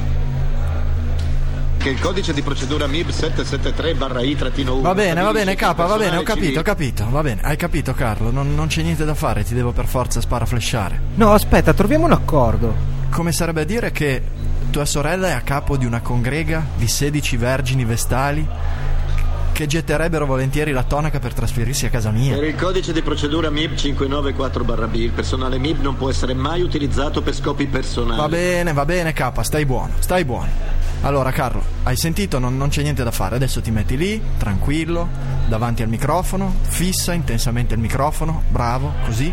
che il codice di procedura MIB 773/I-1 Va bene, K, va bene, ho capito, va bene, hai capito Carlo, non c'è niente da fare, ti devo per forza sparaflesciare. No, aspetta, troviamo un accordo. Come sarebbe a dire che tua sorella è a capo di una congrega di 16 vergini vestali che getterebbero volentieri la tonaca per trasferirsi a casa mia. Per il codice di procedura MIB 594/B, il personale MIB non può essere mai utilizzato per scopi personali. Va bene K, stai buono. Allora Carlo, hai sentito? Non c'è niente da fare. Adesso ti metti lì, tranquillo, davanti al microfono, fissa intensamente il microfono, bravo, così.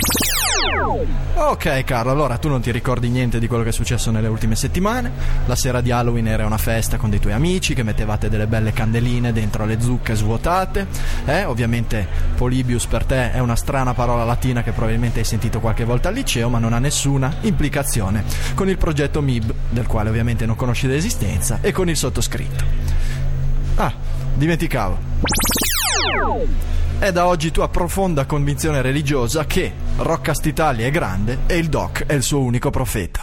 Ok Carlo, allora tu non ti ricordi niente di quello che è successo nelle ultime settimane. La sera di Halloween era una festa con dei tuoi amici che mettevate delle belle candeline dentro le zucche svuotate. Ovviamente Polybius per te è una strana parola latina che probabilmente hai sentito qualche volta al liceo, ma non ha nessuna implicazione con il progetto MIB, del quale ovviamente non conosci l'esistenza, e con il sottoscritto. Ah, dimenticavo. È da oggi tua profonda convinzione religiosa che Rockcast Italia è grande e il Doc è il suo unico profeta.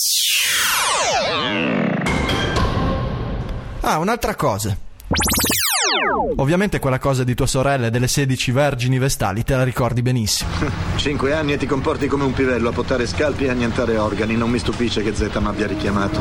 Ah, un'altra cosa. Ovviamente quella cosa di tua sorella e delle 16 vergini vestali te la ricordi benissimo. 5 anni e ti comporti come un pivello a pottare scalpi e annientare organi. Non mi stupisce che Z mi abbia richiamato.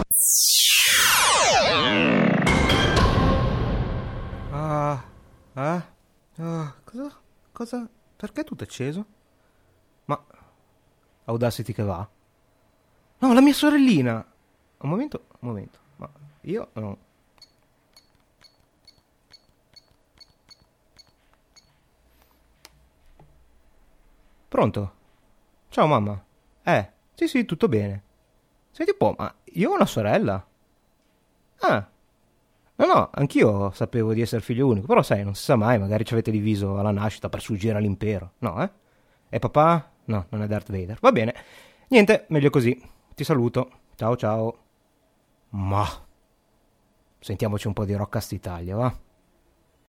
Cosa? Perché è tutto acceso? Ma Audacity che va? No, la mia sorellina. Un momento. Ma io no. Pronto? Ciao mamma. Sì, tutto bene. Senti un po', ma io ho una sorella. Ah. No, anch'io sapevo di essere figlio unico, però sai, non si sa mai, magari ci avete diviso alla nascita per sfuggire all'impero, no, E papà? No, non è Darth Vader. Va bene. Niente, meglio così. Ti saluto. Ciao ciao. Ma sentiamoci un po' di Rockcast Italia, va?